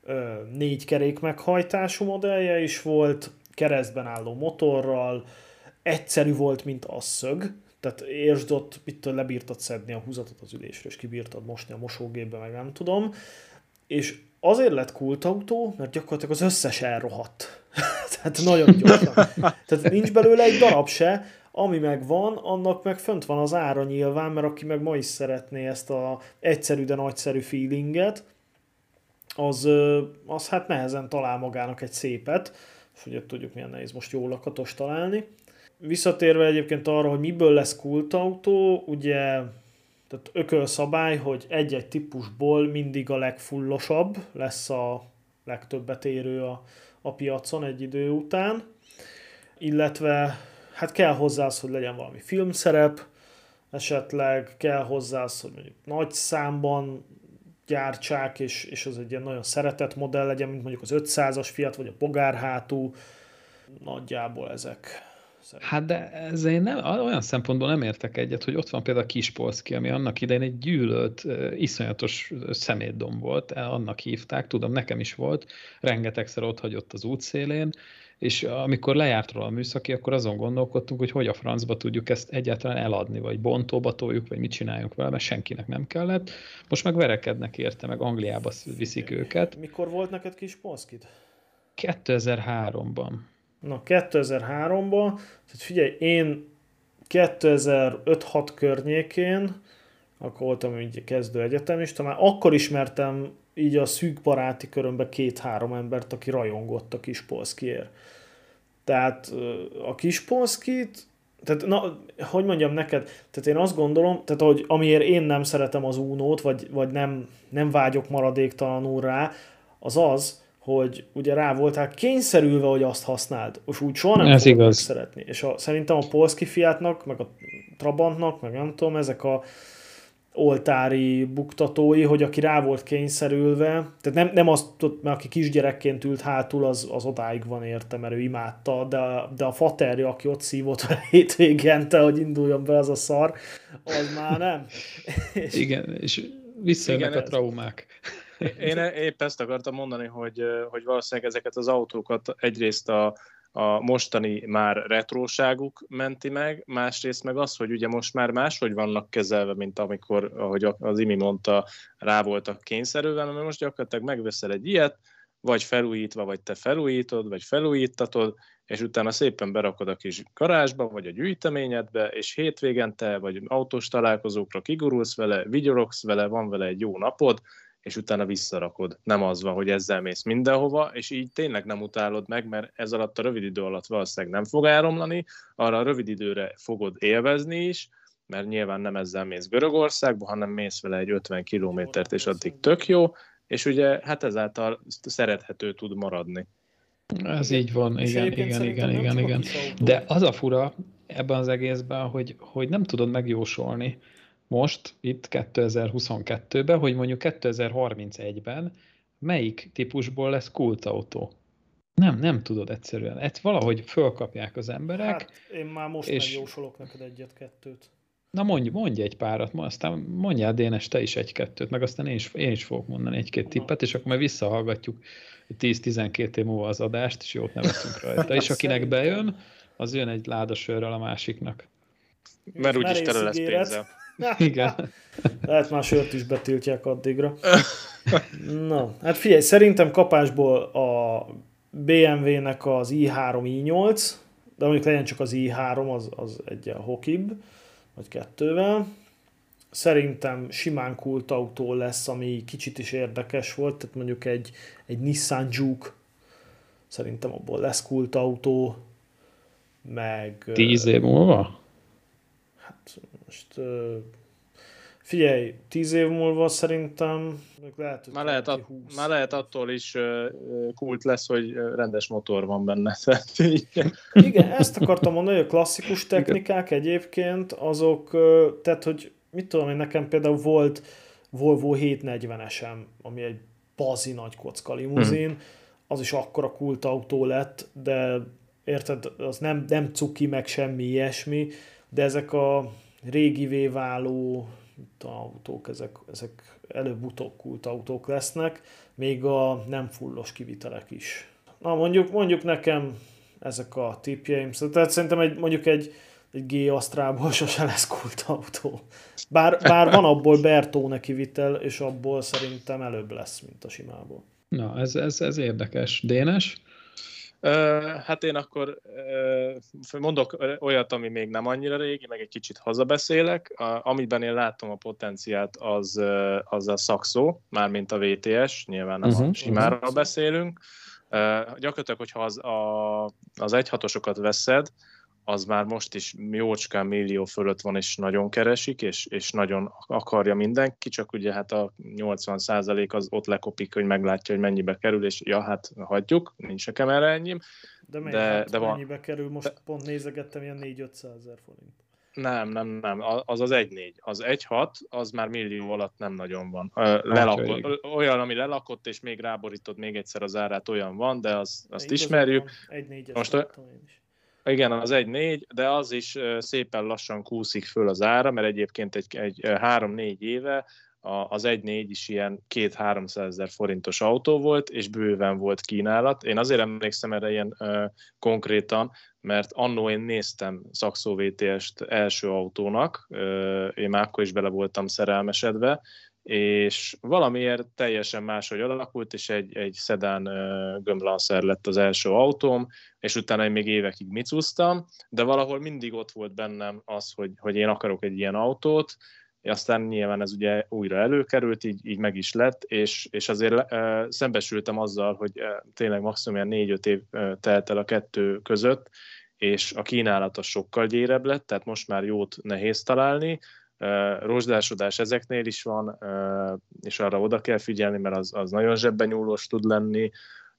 4 kerék meghajtású modellje is volt, keresztben álló motorral, egyszerű volt, mint asszög, tehát értsd ott, mitől lebírtad szedni a húzatot az ülésről, és kibírtad mosni a mosógépbe, meg nem tudom. És azért lett kultautó, mert gyakorlatilag az összes elrohadt. Tehát nagyon gyorsan. Tehát nincs belőle egy darab se, ami megvan, annak meg fönt van az ára nyilván, mert aki meg ma is szeretné ezt a egyszerű, de nagyszerű feelinget, az hát nehezen talál magának egy szépet, és ugye tudjuk, milyen nehéz most jó lakatos találni. Visszatérve egyébként arra, hogy miből lesz kultautó, ugye tehát ökölszabály, hogy egy-egy típusból mindig a legfullosabb lesz a legtöbbet érő a piacon egy idő után, illetve hát kell hozzá az, hogy legyen valami filmszerep, esetleg kell hozzá az, hogy mondjuk nagy számban gyártsák, és az egy ilyen nagyon szeretett modell legyen, mint mondjuk az 500-as Fiat, vagy a bogárhátú, nagyjából ezek. Hát de ezzel én olyan szempontból nem értek egyet, hogy ott van például a Kispolszky, ami annak idején egy gyűlölt, iszonyatos szemétdomb volt, annak hívták, tudom, nekem is volt, rengetegszer ott hagyott az útszélén, és amikor lejárt róla a műszaki, akkor azon gondolkodtunk, hogy a francba tudjuk ezt egyáltalán eladni, vagy bontóba toljuk, vagy mit csináljunk vele, mert senkinek nem kellett. Most meg verekednek érte, meg Angliába viszik őket. Mikor volt neked Kispolszkid? 2003-ban. Na, 2003-ban, tehát figyelj, én 2005-6 környékén, akkor voltam így kezdő egyetemista, már akkor ismertem így a szűk baráti körömben 2-3 embert, aki rajongott a Kispolszkyért. Tehát a Kispolszkyt, tehát na, hogy mondjam neked, tehát én azt gondolom, tehát hogy amiért én nem szeretem az Unót, vagy nem vágyok maradéktalanul rá, az, hogy ugye rá voltál kényszerülve, hogy azt használd, és úgy soha nem fogod megszeretni. És szerintem a Polski Fiatnak, meg a Trabantnak, meg nem tudom, ezek a oltári buktatói, hogy aki rá volt kényszerülve, tehát nem azt, mert aki kisgyerekként ült hátul, az odáig van érte, mert ő imádta, de a faterja, aki ott szívott a hétvégente, hogy induljon be az a szar, az már nem. Igen, és visszajönnek a traumák. Én épp ezt akartam mondani, hogy valószínűleg ezeket az autókat egyrészt a mostani már retróságuk menti meg, másrészt meg az, hogy ugye most már máshogy vannak kezelve, mint amikor, ahogy az Imi mondta, rá voltak kényszerülve, mert most gyakorlatilag megveszel egy ilyet, vagy felújítva, vagy te felújítod, vagy felújítatod, és utána szépen berakod a kis garázsba, vagy a gyűjteményedbe, és hétvégente, vagy autós találkozókra kigurulsz vele, vigyorogsz vele, van vele egy jó napod, és utána visszarakod. Nem az van, hogy ezzel mész mindenhova, és így tényleg nem utálod meg, mert ez alatt a rövid idő alatt valószínűleg nem fog elromlani, arra a rövid időre fogod élvezni is, mert nyilván nem ezzel mész Görögországba, hanem mész vele egy 50 kilométert, és addig tök jó, és ugye hát ezáltal szerethető tud maradni. Ez így van, igen. De az a fura ebben az egészben, hogy nem tudod megjósolni, most, itt 2022-ben, hogy mondjuk 2031-ben melyik típusból lesz kultautó. Nem tudod egyszerűen. Valahogy fölkapják az emberek. Hát én már most megjósolok neked egyet-kettőt. Na mondj egy párat, aztán mondjál Dénes te is egy-kettőt, meg aztán én is fogok mondani egy-két tippet, és akkor majd visszahallgatjuk 10-12 év múlva az adást, és jót nevetünk rajta. És akinek bejön, az jön egy ládasörrel a másiknak. Mert úgyis tele lesz pénzzel. Igen. Lehet már sört is betiltják addigra. Na, hát figyelj, szerintem kapásból a BMW-nek az i3, i8, de mondjuk legyen csak az i3, az egyen hokibb, vagy kettővel. Szerintem simán kultautó lesz, ami kicsit is érdekes volt, tehát mondjuk egy Nissan Juke, szerintem abból lesz kultautó, meg... 10 év múlva? Hát most figyelj, 10 év múlva szerintem lehet, hogy már lehet attól is kult lesz, hogy rendes motor van benne. Igen, ezt akartam mondani, hogy a klasszikus technikák egyébként azok, tehát hogy mit tudom én, nekem például volt Volvo 740-esem, ami egy bazi nagy kocka limuzin, az is akkora kult autó lett, de érted, az nem cuki meg semmi ilyesmi, de ezek a régivé váló autók, ezek előbb-utóbb kultautók lesznek, még a nem fullos kivitelek is. Na mondjuk nekem ezek a tippjeim, tehát szerintem mondjuk egy G-Astralból sose lesz kultautó. Bár van abból Bertone kivitel, és abból szerintem előbb lesz, mint a simából. Na, ez érdekes. Dénes? Hát én akkor mondok olyat, ami még nem annyira régi, meg egy kicsit hazabeszélek. Amiben én látom a potenciált, az a Saxo, mármint a VTS, nyilván nem a simáról beszélünk. Gyakorlatilag, hogyha az 1.6-osokat veszed, az már most is jócskán millió fölött van, és nagyon keresik, és nagyon akarja mindenki, csak ugye hát a 80% az ott lekopik, hogy meglátja, hogy mennyibe kerül, és ja, hát hagyjuk, nincs nekem erre ennyim. De mennyibe kerül? Most pont nézegettem, ilyen 4-500 ezer forint. Nem, az 1.4. Az 1.6, az már millió alatt nem nagyon van. Olyan, ami lelakott, és még ráborítod még egyszer az árát, olyan van, de azt ismerjük. 1.4-es most láttam én is. Igen, az 1.4, de az is szépen lassan kúszik föl az ára, mert egyébként egy 3-4 éve az 1.4 is ilyen 200-300 ezer forintos autó volt, és bőven volt kínálat. Én azért emlékszem erre ilyen konkrétan, mert annó én néztem Saxo VTS-t első autónak, én már akkor is bele voltam szerelmesedve, és valamiért teljesen máshogy alakult, és egy szedán gömblanszer lett az első autóm, és utána én még évekig micuztam, de valahol mindig ott volt bennem az, hogy én akarok egy ilyen autót, aztán nyilván ez ugye újra előkerült, így meg is lett, és azért szembesültem azzal, hogy tényleg maximum 4-5 év telt el a kettő között, és a kínálata sokkal gyérebb lett, tehát most már jót nehéz találni, rozsdásodás ezeknél is van, és arra oda kell figyelni, mert az nagyon zsebbenyúlós tud lenni.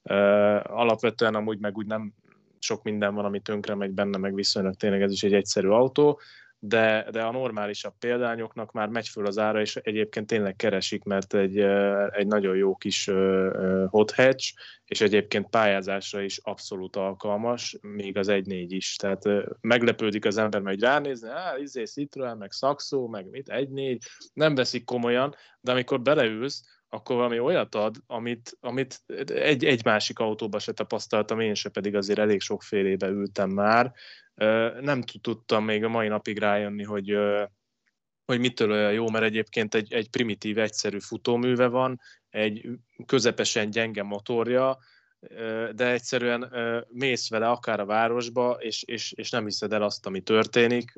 Alapvetően amúgy meg úgy nem sok minden van, ami tönkre megy benne, meg viszonylag tényleg ez is egy egyszerű autó, de a normálisabb példányoknak már megy föl az ára, és egyébként tényleg keresik, mert egy nagyon jó kis hot hatch, és egyébként pályázásra is abszolút alkalmas, még az 1.4 is. Tehát meglepődik az ember, mert ránézni, Citroen, meg Saxo, meg 1.4, nem veszik komolyan, de amikor beleülsz, akkor valami olyat ad, amit egy másik autóba se tapasztaltam, én se, pedig azért elég sokfélébe ültem már. Nem tudtam még a mai napig rájönni, hogy mitől olyan jó, mert egyébként egy primitív, egyszerű futóműve van, egy közepesen gyenge motorja, de egyszerűen mész vele akár a városba, és nem hiszed el azt, ami történik.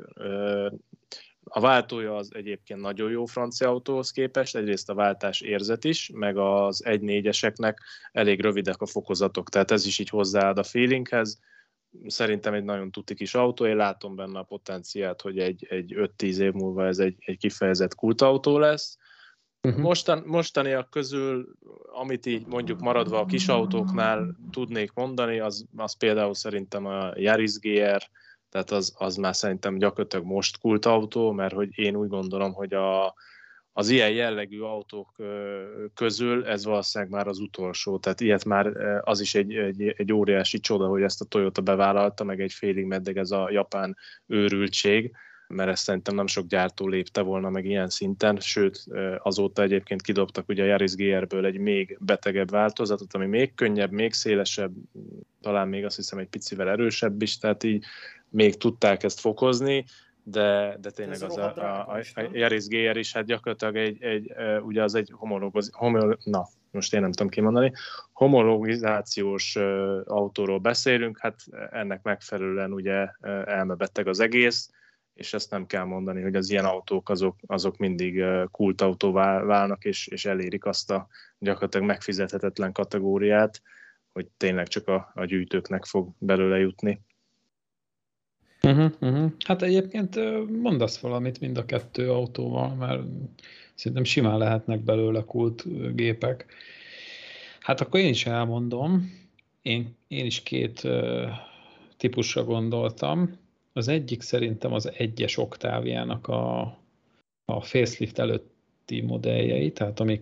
A váltója az egyébként nagyon jó francia autóhoz képest, egyrészt a váltás érzet is, meg az 1.4-eseknek elég rövidek a fokozatok, tehát ez is így hozzáad a feelinghez. Szerintem egy nagyon tuti kis autó, én látom benne a potenciált, hogy egy 5-10 év múlva ez egy kifejezett kultautó lesz. Mostaniak közül, amit így mondjuk maradva a kis autóknál tudnék mondani, az például szerintem a Yaris GR, tehát az már szerintem gyakorlatilag most kultautó, mert hogy én úgy gondolom, hogy az ilyen jellegű autók közül ez valószínűleg már az utolsó, tehát ilyet már az is egy óriási csoda, hogy ezt a Toyota bevállalta, meg egy félig meddig ez a japán őrültség, mert ezt szerintem nem sok gyártó lépte volna meg ilyen szinten, sőt azóta egyébként kidobtak ugye a Yaris GR-ből egy még betegebb változatot, ami még könnyebb, még szélesebb, talán még azt hiszem egy picivel erősebb is, tehát így még tudták ezt fokozni, de tényleg az a Yaris GR is, hát gyakorlatilag ugye az egy most én nem tudom kimondani, homologizációs autóról beszélünk, hát ennek megfelelően ugye elmebeteg az egész, és ezt nem kell mondani, hogy az ilyen autók azok mindig kultautóvá válnak, és elérik azt a gyakorlatilag megfizethetetlen kategóriát, hogy tényleg csak a gyűjtőknek fog belőle jutni. Hát egyébként mondasz valamit mind a kettő autóval, mert szerintem simán lehetnek belőle kult gépek. Hát akkor én is elmondom, én is két típusra gondoltam. Az egyik szerintem az 1-es Octaviának a facelift előtti modelljei, tehát ami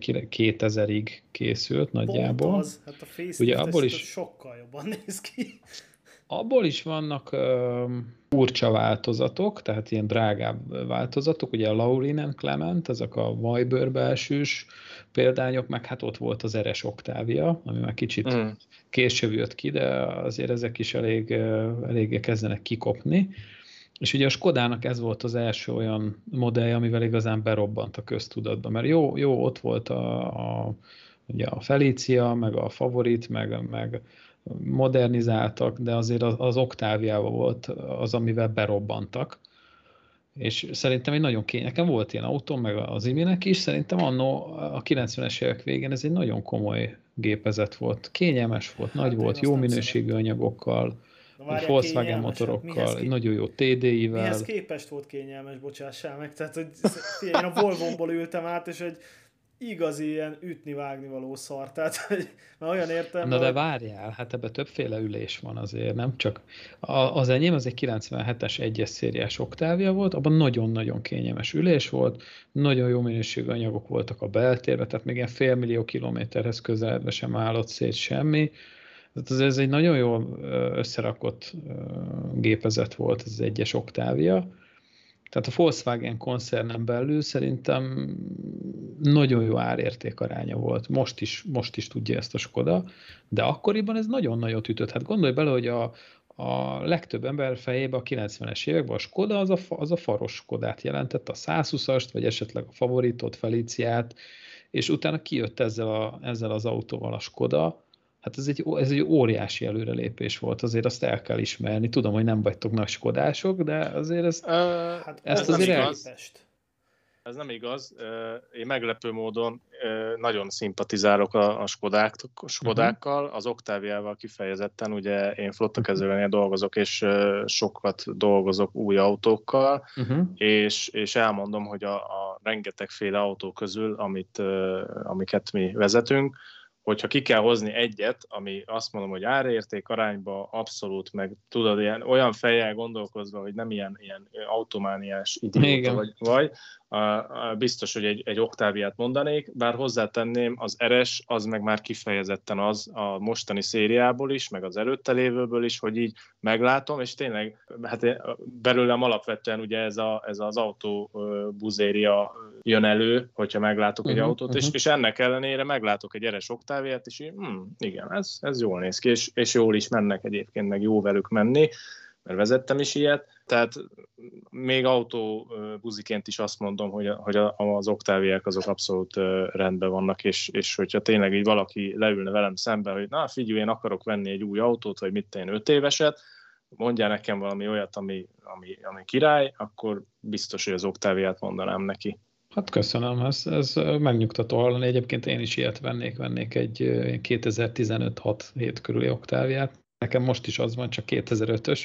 2000-ig készült nagyjából. Pont az, hát a facelift ugye, abból is sokkal jobban néz ki. Abból is vannak furcsa változatok, tehát ilyen drágább változatok, ugye a Laurinen Clement, ezek a vajbőr belsős példányok, meg hát ott volt az RS Octavia, ami már kicsit később jött ki, de azért ezek is eléggé kezdenek kikopni. És ugye a Skodának ez volt az első olyan modellje, amivel igazán berobbant a köztudatba, mert jó ott volt ugye a Felicia, meg a Favorit, meg modernizáltak, de azért az Octaviával volt az, amivel berobbantak. És szerintem egy nagyon nekem volt ilyen autóm, meg az Iminek is, szerintem annó a 90-es évek végén ez egy nagyon komoly gépezet volt. Kényelmes volt, nagy volt, jó minőségű anyagokkal, Volkswagen motorokkal, nagyon jó TDI-vel. Mihez képest volt kényelmes, bocsássál meg? Tehát, hogy én a Volvo-ból ültem át, és egy igazi ilyen ütni-vágni való szar. Tehát, hogy olyan értem. Na de várjál, hát ebben többféle ülés van azért, nem csak. Az enyém az egy 97-es 1-es szériás Octavia volt, abban nagyon-nagyon kényelmes ülés volt, nagyon jó minőségű anyagok voltak a beltérben, tehát még ilyen 500 000 kilométerhez közeledve sem állott szét semmi. Tehát ez egy nagyon jól összerakott gépezet volt, ez az 1-es Octavia. Tehát a Volkswagen koncernen belül szerintem nagyon jó árérték aránya volt. Most is tudja ezt a Skoda, de akkoriban ez nagyon nagyot ütött. Hát gondolj bele, hogy a legtöbb ember fejében a 90-es években a Skoda az a faros Skodát jelentett, a 120-ast, vagy esetleg a Favoritot, Feliciát, és utána kijött ezzel az autóval a Skoda. Hát ez egy óriási előrelépés volt, azért azt el kell ismerni. Tudom, hogy nem vagytok nagy skodások, de azért ezt azért Ez nem igaz. Én meglepő módon nagyon szimpatizálok a Skodákkal, az Octaviával kifejezetten, ugye én flottakezelőnél dolgozok, és sokat dolgozok új autókkal, és elmondom, hogy a rengetegféle autó közül, amiket mi vezetünk, hogyha ki kell hozni egyet, ami azt mondom, hogy árérték arányba abszolút, meg tudod, olyan fejjel gondolkozva, hogy nem ilyen automániás idióta vagy, biztos, hogy egy Octaviát mondanék, bár hozzátenném, az RS az meg már kifejezetten az a mostani szériából is, meg az előtte lévőből is, hogy így meglátom, és tényleg hát belőlem alapvetően ugye ez az autó buzéria jön elő, hogyha meglátok egy autót, és ennek ellenére meglátok egy RS Octaviát, és így, igen, ez jól néz ki, és jól is mennek egyébként, meg jó velük menni, mert vezettem is ilyet, tehát még autóbuziként is azt mondom, hogy az Octaviák azok abszolút rendben vannak, és hogyha tényleg így valaki leülne velem szembe, hogy na figyelj, én akarok venni egy új autót, vagy mit én 5 éveset, mondjál nekem valami olyat, ami király, akkor biztos, hogy az Octaviát mondanám neki. Hát köszönöm, ez megnyugtató hallani. Egyébként én is ilyet vennék egy 2015-6-7 körüli Octaviát. Nekem most is az van, csak 2005-ös.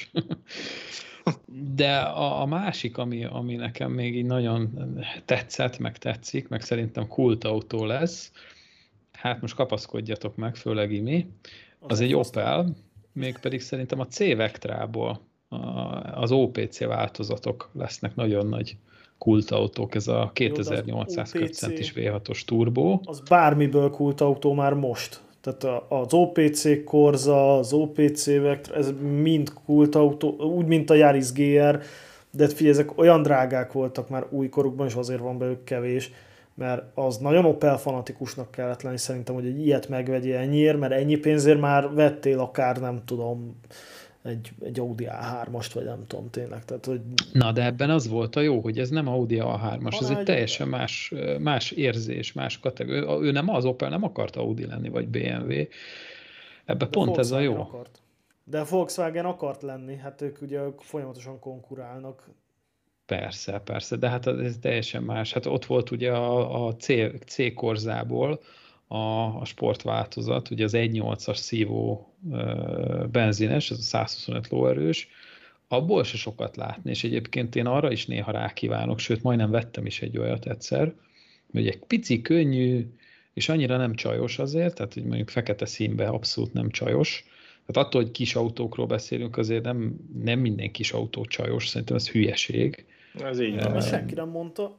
De a másik, ami nekem még így nagyon tetszett, meg tetszik, meg szerintem kultautó lesz, hát most kapaszkodjatok meg, főleg Imi, az egy Opel, mégpedig szerintem a C-Vectrából az OPC változatok lesznek nagyon nagy kultautók, ez a 2800 köbcentis V6-os turbó. Az bármiből kultautó már most. Tehát az OPC Corsa, az OPC Vectra, ez mind kultautó, úgy, mint a Yaris GR, de figyelj, ezek olyan drágák voltak már újkorukban, és azért van belőlük kevés, mert az nagyon Opel fanatikusnak kellett lenni szerintem, hogy egy ilyet megvegyél ennyiért, mert ennyi pénzért már vettél akár, nem tudom, egy Audi A3-ast, vagy nem tudom tényleg. Tehát, hogy... Na, de ebben az volt a jó, hogy ez nem Audi A3-as, ez egy teljesen más érzés, más kategória. Ő nem, az Opel nem akart Audi lenni, vagy BMW. Ebben pont ez a jó. Akart. De Volkswagen akart lenni, hát ők ugye folyamatosan konkurálnak. Persze, de hát ez teljesen más. Hát ott volt ugye a C Corsából a sportváltozat, ugye az 1.8-as szívó benzines, ez a 125 lóerős, abból se sokat látni, és egyébként én arra is néha rákívánok, sőt, majdnem vettem is egy olyat egyszer, hogy egy pici, könnyű, és annyira nem csajos azért, tehát hogy mondjuk fekete színben abszolút nem csajos. Tehát attól, hogy kis autókról beszélünk, azért nem minden kis autó csajos, szerintem ez hülyeség. Ez így van. Senki nem mondta.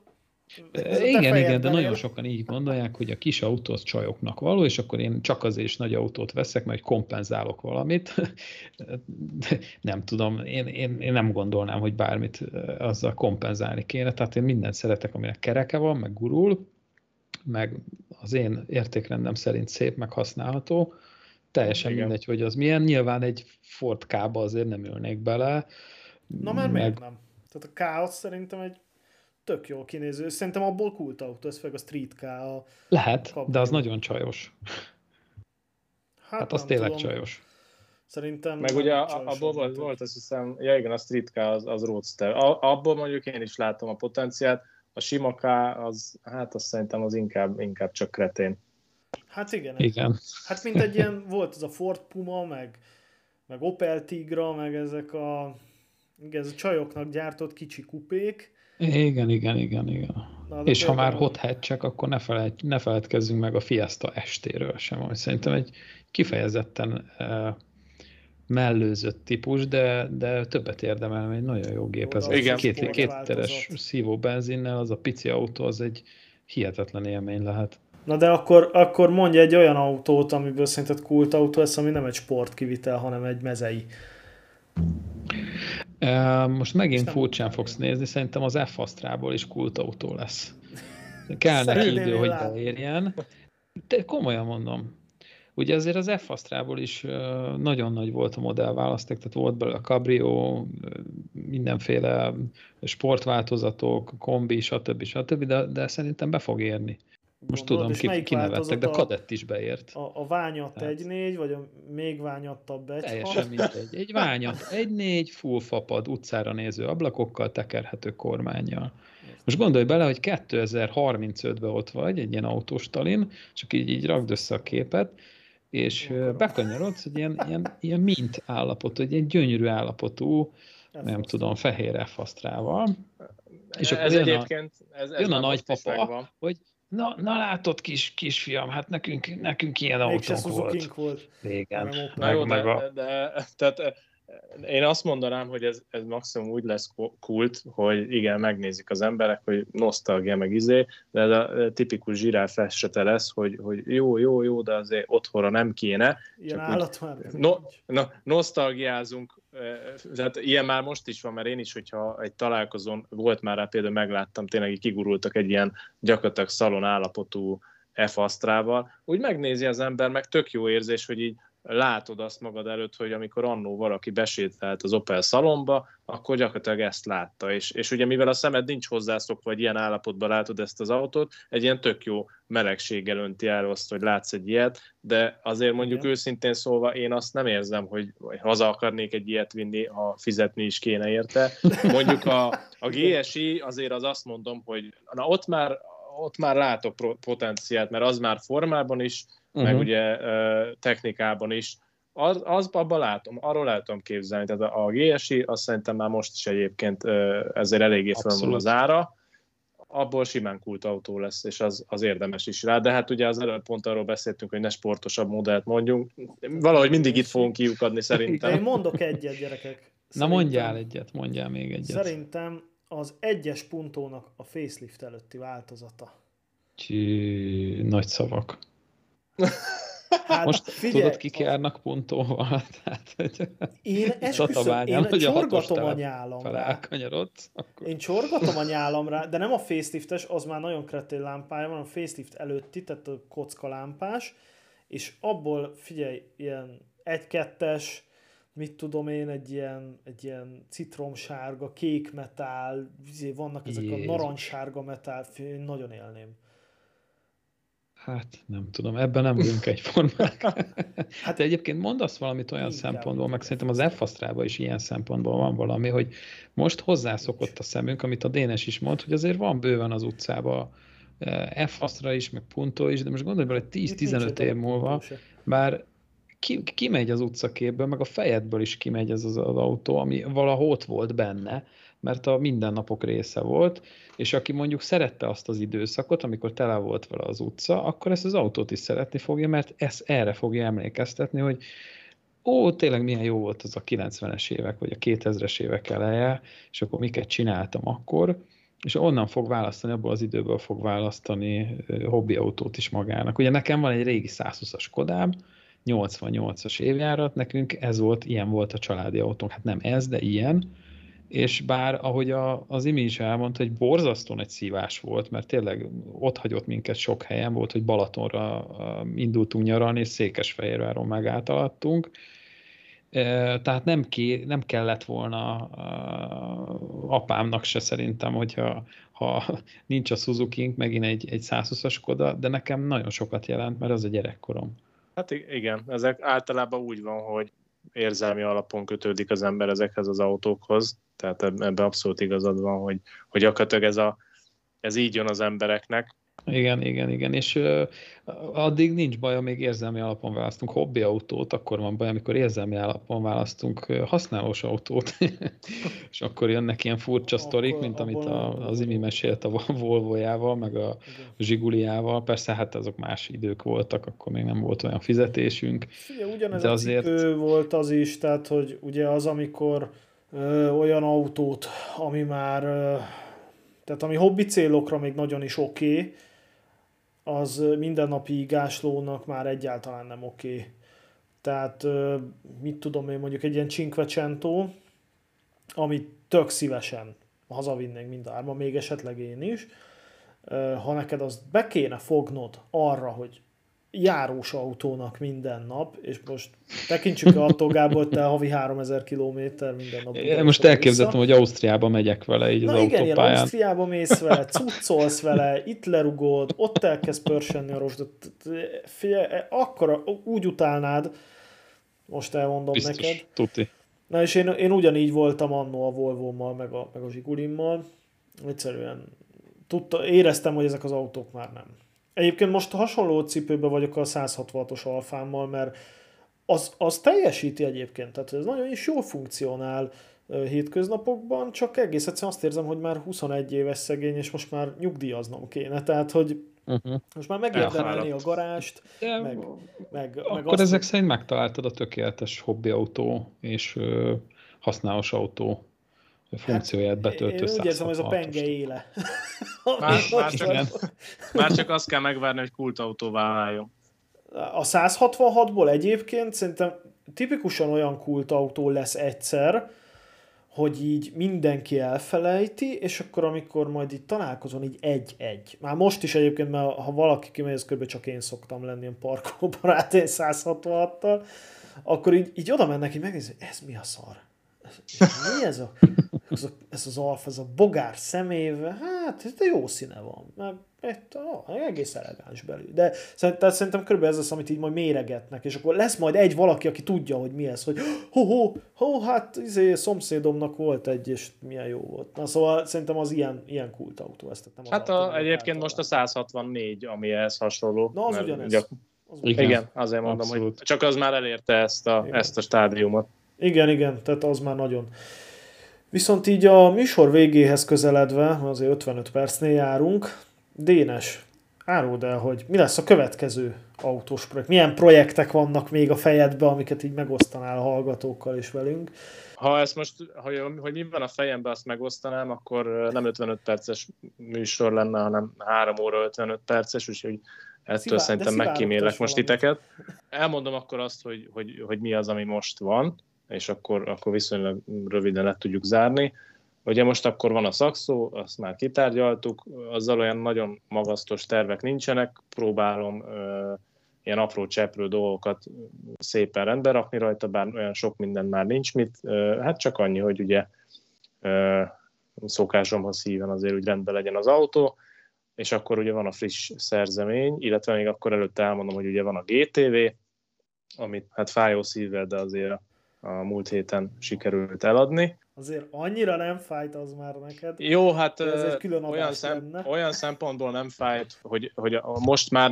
Igen, de nagyon sokan így gondolják, hogy a kis autó az csajoknak való, és akkor én csak azért is nagy autót veszek, mert kompenzálok valamit. Nem tudom, én nem gondolnám, hogy bármit azzal kompenzálni kéne. Tehát én mindent szeretek, aminek kereke van, meg gurul, meg az én értékrendem szerint szép, meg használható. Teljesen mindegy, hogy az milyen. Nyilván egy Ford K-ba azért nem ülnék bele. Na már miért nem? Tehát a K-ot szerintem egy tök jól kinéző. Szerintem abból kult autó, ez főleg a Street K. Lehet, de az nagyon csajos. Hát az tényleg tudom. csajos. Szerintem meg ugye abból volt, azt hiszem, ja igen, a Street K az Roadster. Abból mondjuk én is látom a potenciált. A sima K, azt szerintem az inkább csak kretén. Hát igen. Hát mint egy ilyen, volt az a Ford Puma, meg Opel Tigra, meg ezek a csajoknak gyártott kicsi kupék. Igen. És ha már hot hatch-ek, akkor ne feledkezzünk meg a Fiesta ST-ről sem, ami szerintem egy kifejezetten mellőzött típus, de többet érdemel, egy nagyon jó gép. Ez a két literes szívó benzinnel, az a pici autó, az egy hihetetlen élmény lehet. Na de akkor mondja egy olyan autót, amiből szerinted kult autó lesz, ami nem egy sportkivitel, hanem egy mezei. Most megint furcsán fogsz nézni, szerintem az F-Astrából is kult autó lesz. Kell neki idő, hogy beérjen. De komolyan mondom. Ugye azért az F-Astrából is nagyon nagy volt a modellválaszték, tehát volt belőle a Cabrio, mindenféle sportváltozatok, kombi, stb. De szerintem be fog érni. Most tudom, kinevettek, de Kadett is beért. A Ványat 1.4, vagy a még ványattabb 1.6? Teljesen mindegy. Egy Ványat 1.4, full fapad, utcára néző ablakokkal, tekerhető kormánnyal. Most gondolj bele, hogy 2035-ben ott vagy, egy ilyen autós-talin, csak így rakd össze a képet, és bekanyarodsz egy ilyen mint állapotú, egy ilyen gyönyörű állapotú, nem tudom, fehér F-Astrával. És akkor jön a nagypapa, hogy na látod kisfiam, hát nekünk ilyen autónk volt. Régen. Na jó, tehát én azt mondanám, hogy ez maximum úgy lesz kult, hogy igen, megnézik az emberek, hogy nosztalgia meg de ez a tipikus zsiráf esete lesz, hogy jó, de azért otthonra nem kéne. Ilyen állat már. Nosztalgiázunk, tehát ilyen már most is van, mert én is, hogyha egy találkozón volt már rá, például megláttam, tényleg így kigurultak egy ilyen gyakorlatilag szalon állapotú F-Astrával, úgy megnézi az ember, meg tök jó érzés, hogy így látod azt magad előtt, hogy amikor annó valaki besétált az Opel szalomba, akkor gyakorlatilag ezt látta. És ugye mivel a szemed nincs hozzászokva, vagy ilyen állapotban látod ezt az autót, egy ilyen tök jó melegséggel önti el azt, hogy látsz egy ilyet, de azért mondjuk őszintén szólva én azt nem érzem, hogy haza akarnék egy ilyet vinni, ha fizetni is kéne érte. Mondjuk a GSI azért az azt mondom, hogy na ott már látok potenciált, mert az már formában is, meg ugye technikában is. Abban látom, arról látom képzelni. Tehát a GSI, azt szerintem már most is egyébként ezért eléggé föl van az ára. Abból simán kult autó lesz, és az érdemes is rá. De hát ugye az előbb pont arról beszéltünk, hogy ne sportosabb modellt mondjunk. Valahogy mindig itt fogunk kiukadni szerintem. Én mondok egyet, gyerekek. Na mondjál még egyet. Szerintem az 1-es Puntónak a facelift előtti változata. Nagy szavak. Hát, most figyelj, tudod, kik járnak Puntóval? Én esküszöm, én csorgatom a nyálam rá. Én csorgatom a nyálam rá, de nem a faceliftes, az már nagyon kretén lámpája van, a facelift előtti, tehát a kocka lámpás, és abból figyelj, ilyen 1-2-es, mit tudom én, egy ilyen citromsárga, kék metál, vannak ezek a narancssárga metál, én nagyon élném. Hát nem tudom, ebben nem vagyunk egyformák. Hát de egyébként mondasz valamit olyan szempontból, meg szerintem az F-Astrában is ilyen szempontból van valami, hogy most hozzászokott a szemünk, amit a Dénes is mond, hogy azért van bőven az utcában F-Astra is, meg Punto is, de most gondolj bele, hogy 10-15 év múlva már kimegy az utcaképből, meg a fejedből is kimegy ez az autó, ami valahol ott volt benne, mert a mindennapok része volt, és aki mondjuk szerette azt az időszakot, amikor tele volt vele az utca, akkor ezt az autót is szeretni fogja, mert erre fogja emlékeztetni, hogy tényleg milyen jó volt az a 90-es évek, vagy a 2000-es évek eleje, és akkor miket csináltam akkor, és onnan fog választani, abból az időből fog választani hobbiautót is magának. Ugye nekem van egy régi 120-as Kodám, 88-as évjárat, nekünk ilyen volt a családi autónk, hát nem ez, de ilyen, és bár, ahogy az Imi is elmondta, hogy borzasztó nagy szívás volt, mert tényleg ott hagyott minket sok helyen, volt, hogy Balatonra indultunk nyaralni, és Székesfehérváron megáltaladtunk, tehát nem kellett volna apámnak se szerintem, hogyha nincs a Suzuki-nk, megint egy 120-as Koda, de nekem nagyon sokat jelent, mert az a gyerekkorom. Hát igen, ezek általában úgy van, hogy érzelmi alapon kötődik az ember ezekhez az autókhoz, tehát ebben abszolút igazad van, hogy gyakorlatilag ez így jön az embereknek. Igen, és addig nincs baj, amíg érzelmi alapon választunk hobbiautót, akkor van baj, amikor érzelmi alapon választunk használós autót, és akkor jönnek ilyen furcsa sztorik, mint amit az Imi mesélt a Volvojával, meg a Zsiguliával, persze hát azok más idők voltak, akkor még nem volt olyan fizetésünk. Ugye, ugyanez a cipő volt az is, tehát hogy ugye az, amikor olyan autót, ami már... Tehát ami hobbi célokra még nagyon is oké, az mindennapi gáslónak már egyáltalán nem oké. Tehát mit tudom én, mondjuk egy ilyen Cinquecento, amit tök szívesen hazavinnénk mind a hárman, még esetleg én is, ha neked azt be kéne fognod arra, hogy járós autónak minden nap, és most tekintsük attól, Gábor, te havi 3000 kilométer minden nap. Én most elképzeltem, hogy Ausztriába megyek vele így az autópályán. Igen, ilyen Ausztriába mész vele, cuccolsz vele, itt lerugod, ott elkezd pörsenni a rosdot. Figyelj, akkor úgy utálnád, most elmondom biztos, neked. Tuti. Na és én ugyanígy voltam annó a Volvómmal, meg a Zsigulimmal. Egyszerűen éreztem, hogy ezek az autók már nem. Egyébként most hasonló cipőben vagyok a 166-os Alfámmal, mert az teljesíti egyébként, tehát ez nagyon is jól funkcionál hétköznapokban, csak egész egyszerűen azt érzem, hogy már 21 éves szegény, és most már nyugdíjaznom kéne, tehát hogy most már megérdemelni a garást, meg akkor azt, ezek szerint megtaláltad a tökéletes hobbiautó és használós autó funkcióját betöltő 166-os. Én úgy érzem, hogy ez a penge éle. Már csak azt kell megvárni, hogy kultautóvá váljon. A 166-ból egyébként szerintem tipikusan olyan kultautó lesz egyszer, hogy így mindenki elfelejti, és akkor amikor majd így találkozom, így egy-egy. Már most is egyébként, mert ha valaki kimegy, ez kb. Csak én szoktam lenni ilyen parkolóbarát, én 166-tal, akkor így oda mennek, így megnézni, hogy ez mi a szar? Mi ez ez az Alfa, ez a bogár szemével, hát ez jó színe van, meg egész elegáns belül. De szerintem körülbelül ez az, amit így majd méregetnek, és akkor lesz majd valaki, aki tudja, hogy mi ez, hogy hát szomszédomnak volt egy, és milyen jó volt. Na szóval szerintem az ilyen kultautó. Ezt nem hát egyébként most a 164, ami ehhez hasonló. Na az ugyanez. Igen, azért mondom, abszolút. Hogy csak az már elérte ezt a stádiumot. Igen, tehát az már nagyon. Viszont így a műsor végéhez közeledve, azért 55 percnél járunk, Dénes, áruld el, hogy mi lesz a következő autós projekt? Milyen projektek vannak még a fejedben, amiket így megosztanál a hallgatókkal és velünk? Ha ezt most, hogy mi van a fejemben, azt megosztanám, akkor nem 55 perces műsor lenne, hanem 3 óra 55 perces, úgyhogy ettől szerintem megkímélek most titeket. Elmondom akkor azt, hogy mi az, ami most van, és akkor viszonylag röviden le tudjuk zárni. Ugye most akkor van a Saxo, azt már kitárgyaltuk, azzal olyan nagyon magasztos tervek nincsenek, próbálom ilyen apró cseprő dolgokat szépen rendbe rakni rajta, bár olyan sok minden már nincs mit, hát csak annyi, hogy ugye szokásomhoz híven azért úgy rendben legyen az autó, és akkor ugye van a friss szerzemény, illetve még akkor előtte elmondom, hogy ugye van a GTV, amit hát fájó szívvel, de azért a múlt héten sikerült eladni. Azért annyira nem fájt az már neked. Jó, hát olyan szempontból nem fájt, hogy most már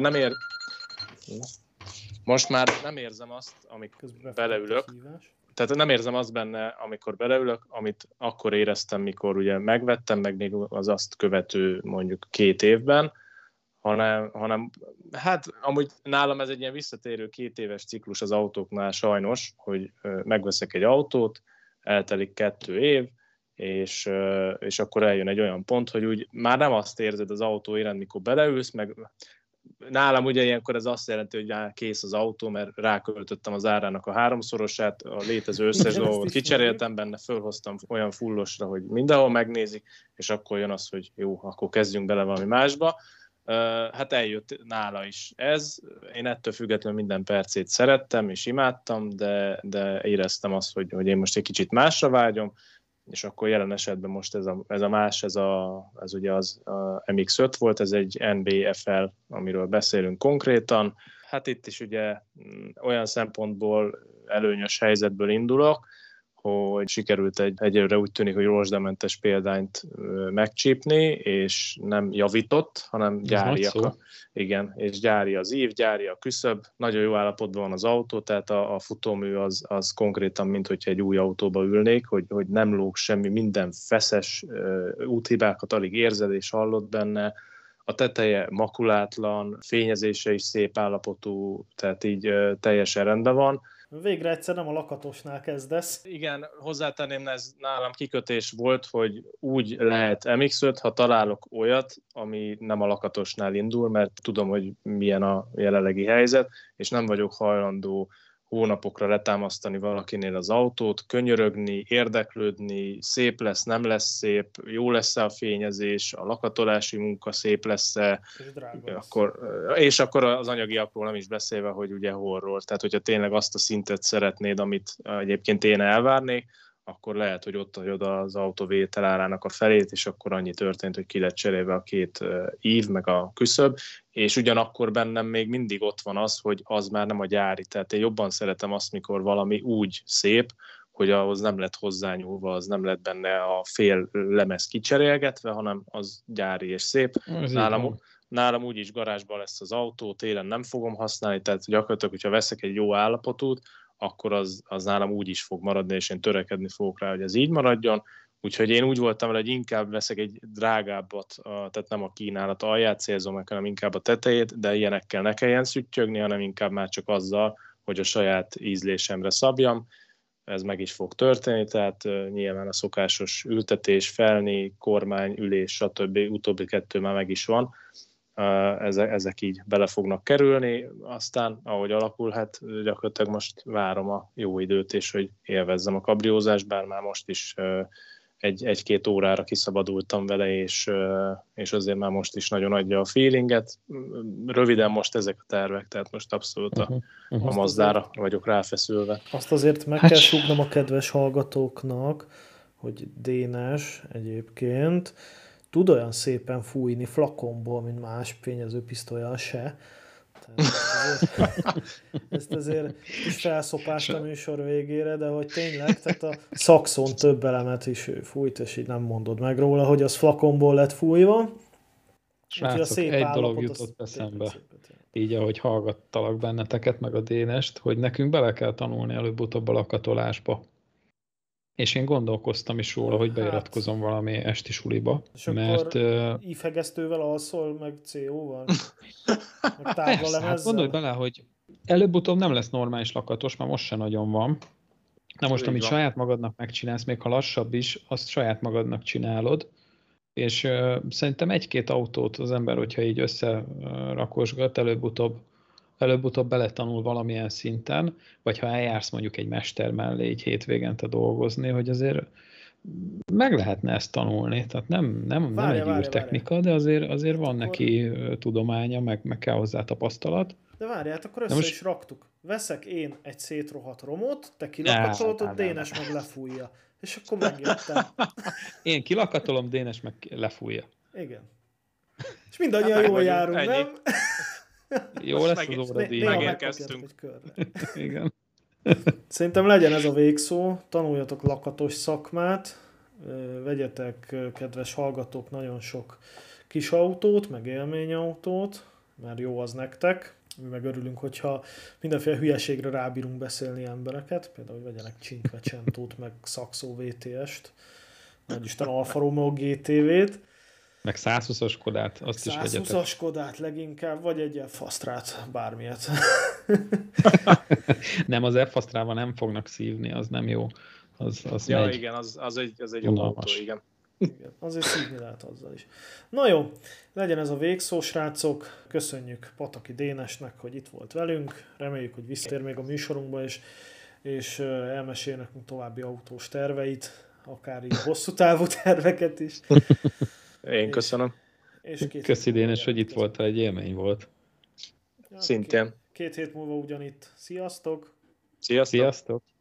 nem érzem azt, amikor beleülök. Tehát nem érzem azt benne, amikor beleülök, amit akkor éreztem, mikor ugye megvettem, meg még az azt követő mondjuk 2 évben, hanem hát amúgy nálam ez egy ilyen visszatérő 2 éves ciklus az autóknál sajnos, hogy megveszek egy autót, eltelik 2 év, és akkor eljön egy olyan pont, hogy úgy már nem azt érzed az autó iránt, mikor beleülsz, meg nálam ugye ilyenkor ez azt jelenti, hogy kész az autó, mert ráköltöttem az árának a 3-szorosát, a létező összes dolgot kicseréltem benne, fölhoztam olyan fullosra, hogy mindenhol megnézik, és akkor jön az, hogy jó, akkor kezdjünk bele valami másba. Hát eljött nála is ez. Én ettől függetlenül minden percét szerettem és imádtam, de éreztem azt, hogy én most egy kicsit másra vágyom, és akkor jelen esetben most ez ugye az MX-5 volt, ez egy NBFL, amiről beszélünk konkrétan. Hát itt is ugye olyan szempontból előnyös helyzetből indulok, hogy sikerült egyelőre úgy tűnik, hogy rozsdamentes példányt megcsípni, és nem javított, hanem gyáriak. Igen, és gyári az ív, gyári a küszöb, nagyon jó állapotban van az autó, tehát a futómű az konkrétan, mint hogyha egy új autóba ülnék, hogy nem lóg semmi, minden feszes, úthibákat alig érzed és hallod benne, a teteje makulátlan, fényezése is szép állapotú, tehát így teljesen rendben van. Végre egyszer nem a lakatosnál kezdesz. Igen, hozzátenném, ez nálam kikötés volt, hogy úgy lehet MX-5, ha találok olyat, ami nem a lakatosnál indul, mert tudom, hogy milyen a jelenlegi helyzet, és nem vagyok hajlandó hónapokra letámasztani valakinél az autót, könyörögni, érdeklődni, szép lesz, nem lesz szép, jó lesz-e a fényezés, a lakatolási munka szép lesz-e, és akkor az anyagiakról nem is beszélve, hogy ugye horror. Tehát, hogyha tényleg azt a szintet szeretnéd, amit egyébként én elvárnék, akkor lehet, hogy ott hagyod az autó vételárának a felét, és akkor annyi történt, hogy ki lett cserélve a 2 ív, meg a küszöb, és ugyanakkor bennem még mindig ott van az, hogy az már nem a gyári. Tehát én jobban szeretem azt, mikor valami úgy szép, hogy ahhoz nem lett hozzányúlva, az nem lett benne a fél lemez kicserélgetve, hanem az gyári és szép. Nálam úgyis garázsban lesz az autó, télen nem fogom használni, tehát gyakorlatilag, hogyha veszek egy jó állapotút, akkor az nálam úgy is fog maradni, és én törekedni fogok rá, hogy ez így maradjon. Úgyhogy én úgy voltam vele, hogy inkább veszek egy drágábbat, tehát nem a kínálat alját célzom meg, hanem inkább a tetejét, de ilyenekkel ne kelljen szüttyögni, hanem inkább már csak azzal, hogy a saját ízlésemre szabjam. Ez meg is fog történni, tehát nyilván a szokásos ültetés, felni, kormány, ülés, stb. Utóbbi 2 már meg is van. Ezek így bele fognak kerülni, aztán ahogy alakul, hát gyakorlatilag most várom a jó időt, és hogy élvezzem a kabriózást, bár már most is 1-2 órára kiszabadultam vele, és azért már most is nagyon adja a feelinget. Röviden most ezek a tervek, tehát most abszolút a Mazdára vagyok ráfeszülve. Azt azért meg kell súgnom a kedves hallgatóknak, hogy Dénes egyébként tud olyan szépen fújni flakonból, mint más fényezőpisztollyal se. Ezt azért is felszopást a műsor végére, de hogy tényleg, tehát a szakszon több elemet is fújt, és így nem mondod meg róla, hogy az flakonból lett fújva. Srácok, egy dolog jutott eszembe, így ahogy hallgattalak benneteket, meg a Dénest, hogy nekünk bele kell tanulni előbb-utóbb a lakatolásba. És én gondolkoztam is róla, hogy beiratkozom valami esti suliba. És mert akkor ífegesztővel alszol, meg CO-val? Meg persze, hát gondolj bele, hogy előbb-utóbb nem lesz normális lakatos, mert most se nagyon van. Na most, amit saját magadnak megcsinálsz, még ha lassabb is, azt saját magadnak csinálod. És szerintem 1-2 autót az ember, hogyha így összerakosgat, előbb-utóbb beletanul valamilyen szinten, vagy ha eljársz mondjuk egy mester mellé így hétvégente dolgozni, hogy azért meg lehetne ezt tanulni. Tehát nem egy űrtechnika, de azért van neki tudománya, meg kell hozzá tapasztalat. De várját, akkor össze is raktuk. Veszek én egy szétrohadt romot, te kilakatolod, Dénes meg lefújja. És akkor megjöttem. Én kilakatolom, Dénes meg lefújja. Igen. És mindannyian jól járunk, nem? Jó lesz az óradíj. Megérkeztünk. Igen. Szerintem legyen ez a végszó, tanuljatok lakatos szakmát, vegyetek, kedves hallgatók, nagyon sok kis autót, meg élményautót, mert jó az nektek. Mi meg örülünk, hogyha mindenféle hülyeségre rábírunk beszélni embereket, például, hogy vegyenek Cinquecentót, meg Saxo VTS-t, nagyisten Alfa Romeo GTV-t. Meg 120-as Skodát, azt is vegyetek. 120-as Skodát leginkább, vagy egy F-Astrát, bármilyet. Nem, az F-Astrával nem fognak szívni, az nem jó. Az ja, megy. igen, az egy jó autó, igen. Igen, azért szívni lehet azzal is. Na jó, legyen ez a végszó, srácok. Köszönjük Pataki Dénesnek, hogy itt volt velünk. Reméljük, hogy visszatér még a műsorunkba, és elmesél nekünk további autós terveit, akár így hosszú távú terveket is. Én köszönöm. Köszi Dénes, hogy itt voltál, egy élmény volt. Szintén. 2 hét múlva ugyanitt. Sziasztok! Sziasztok!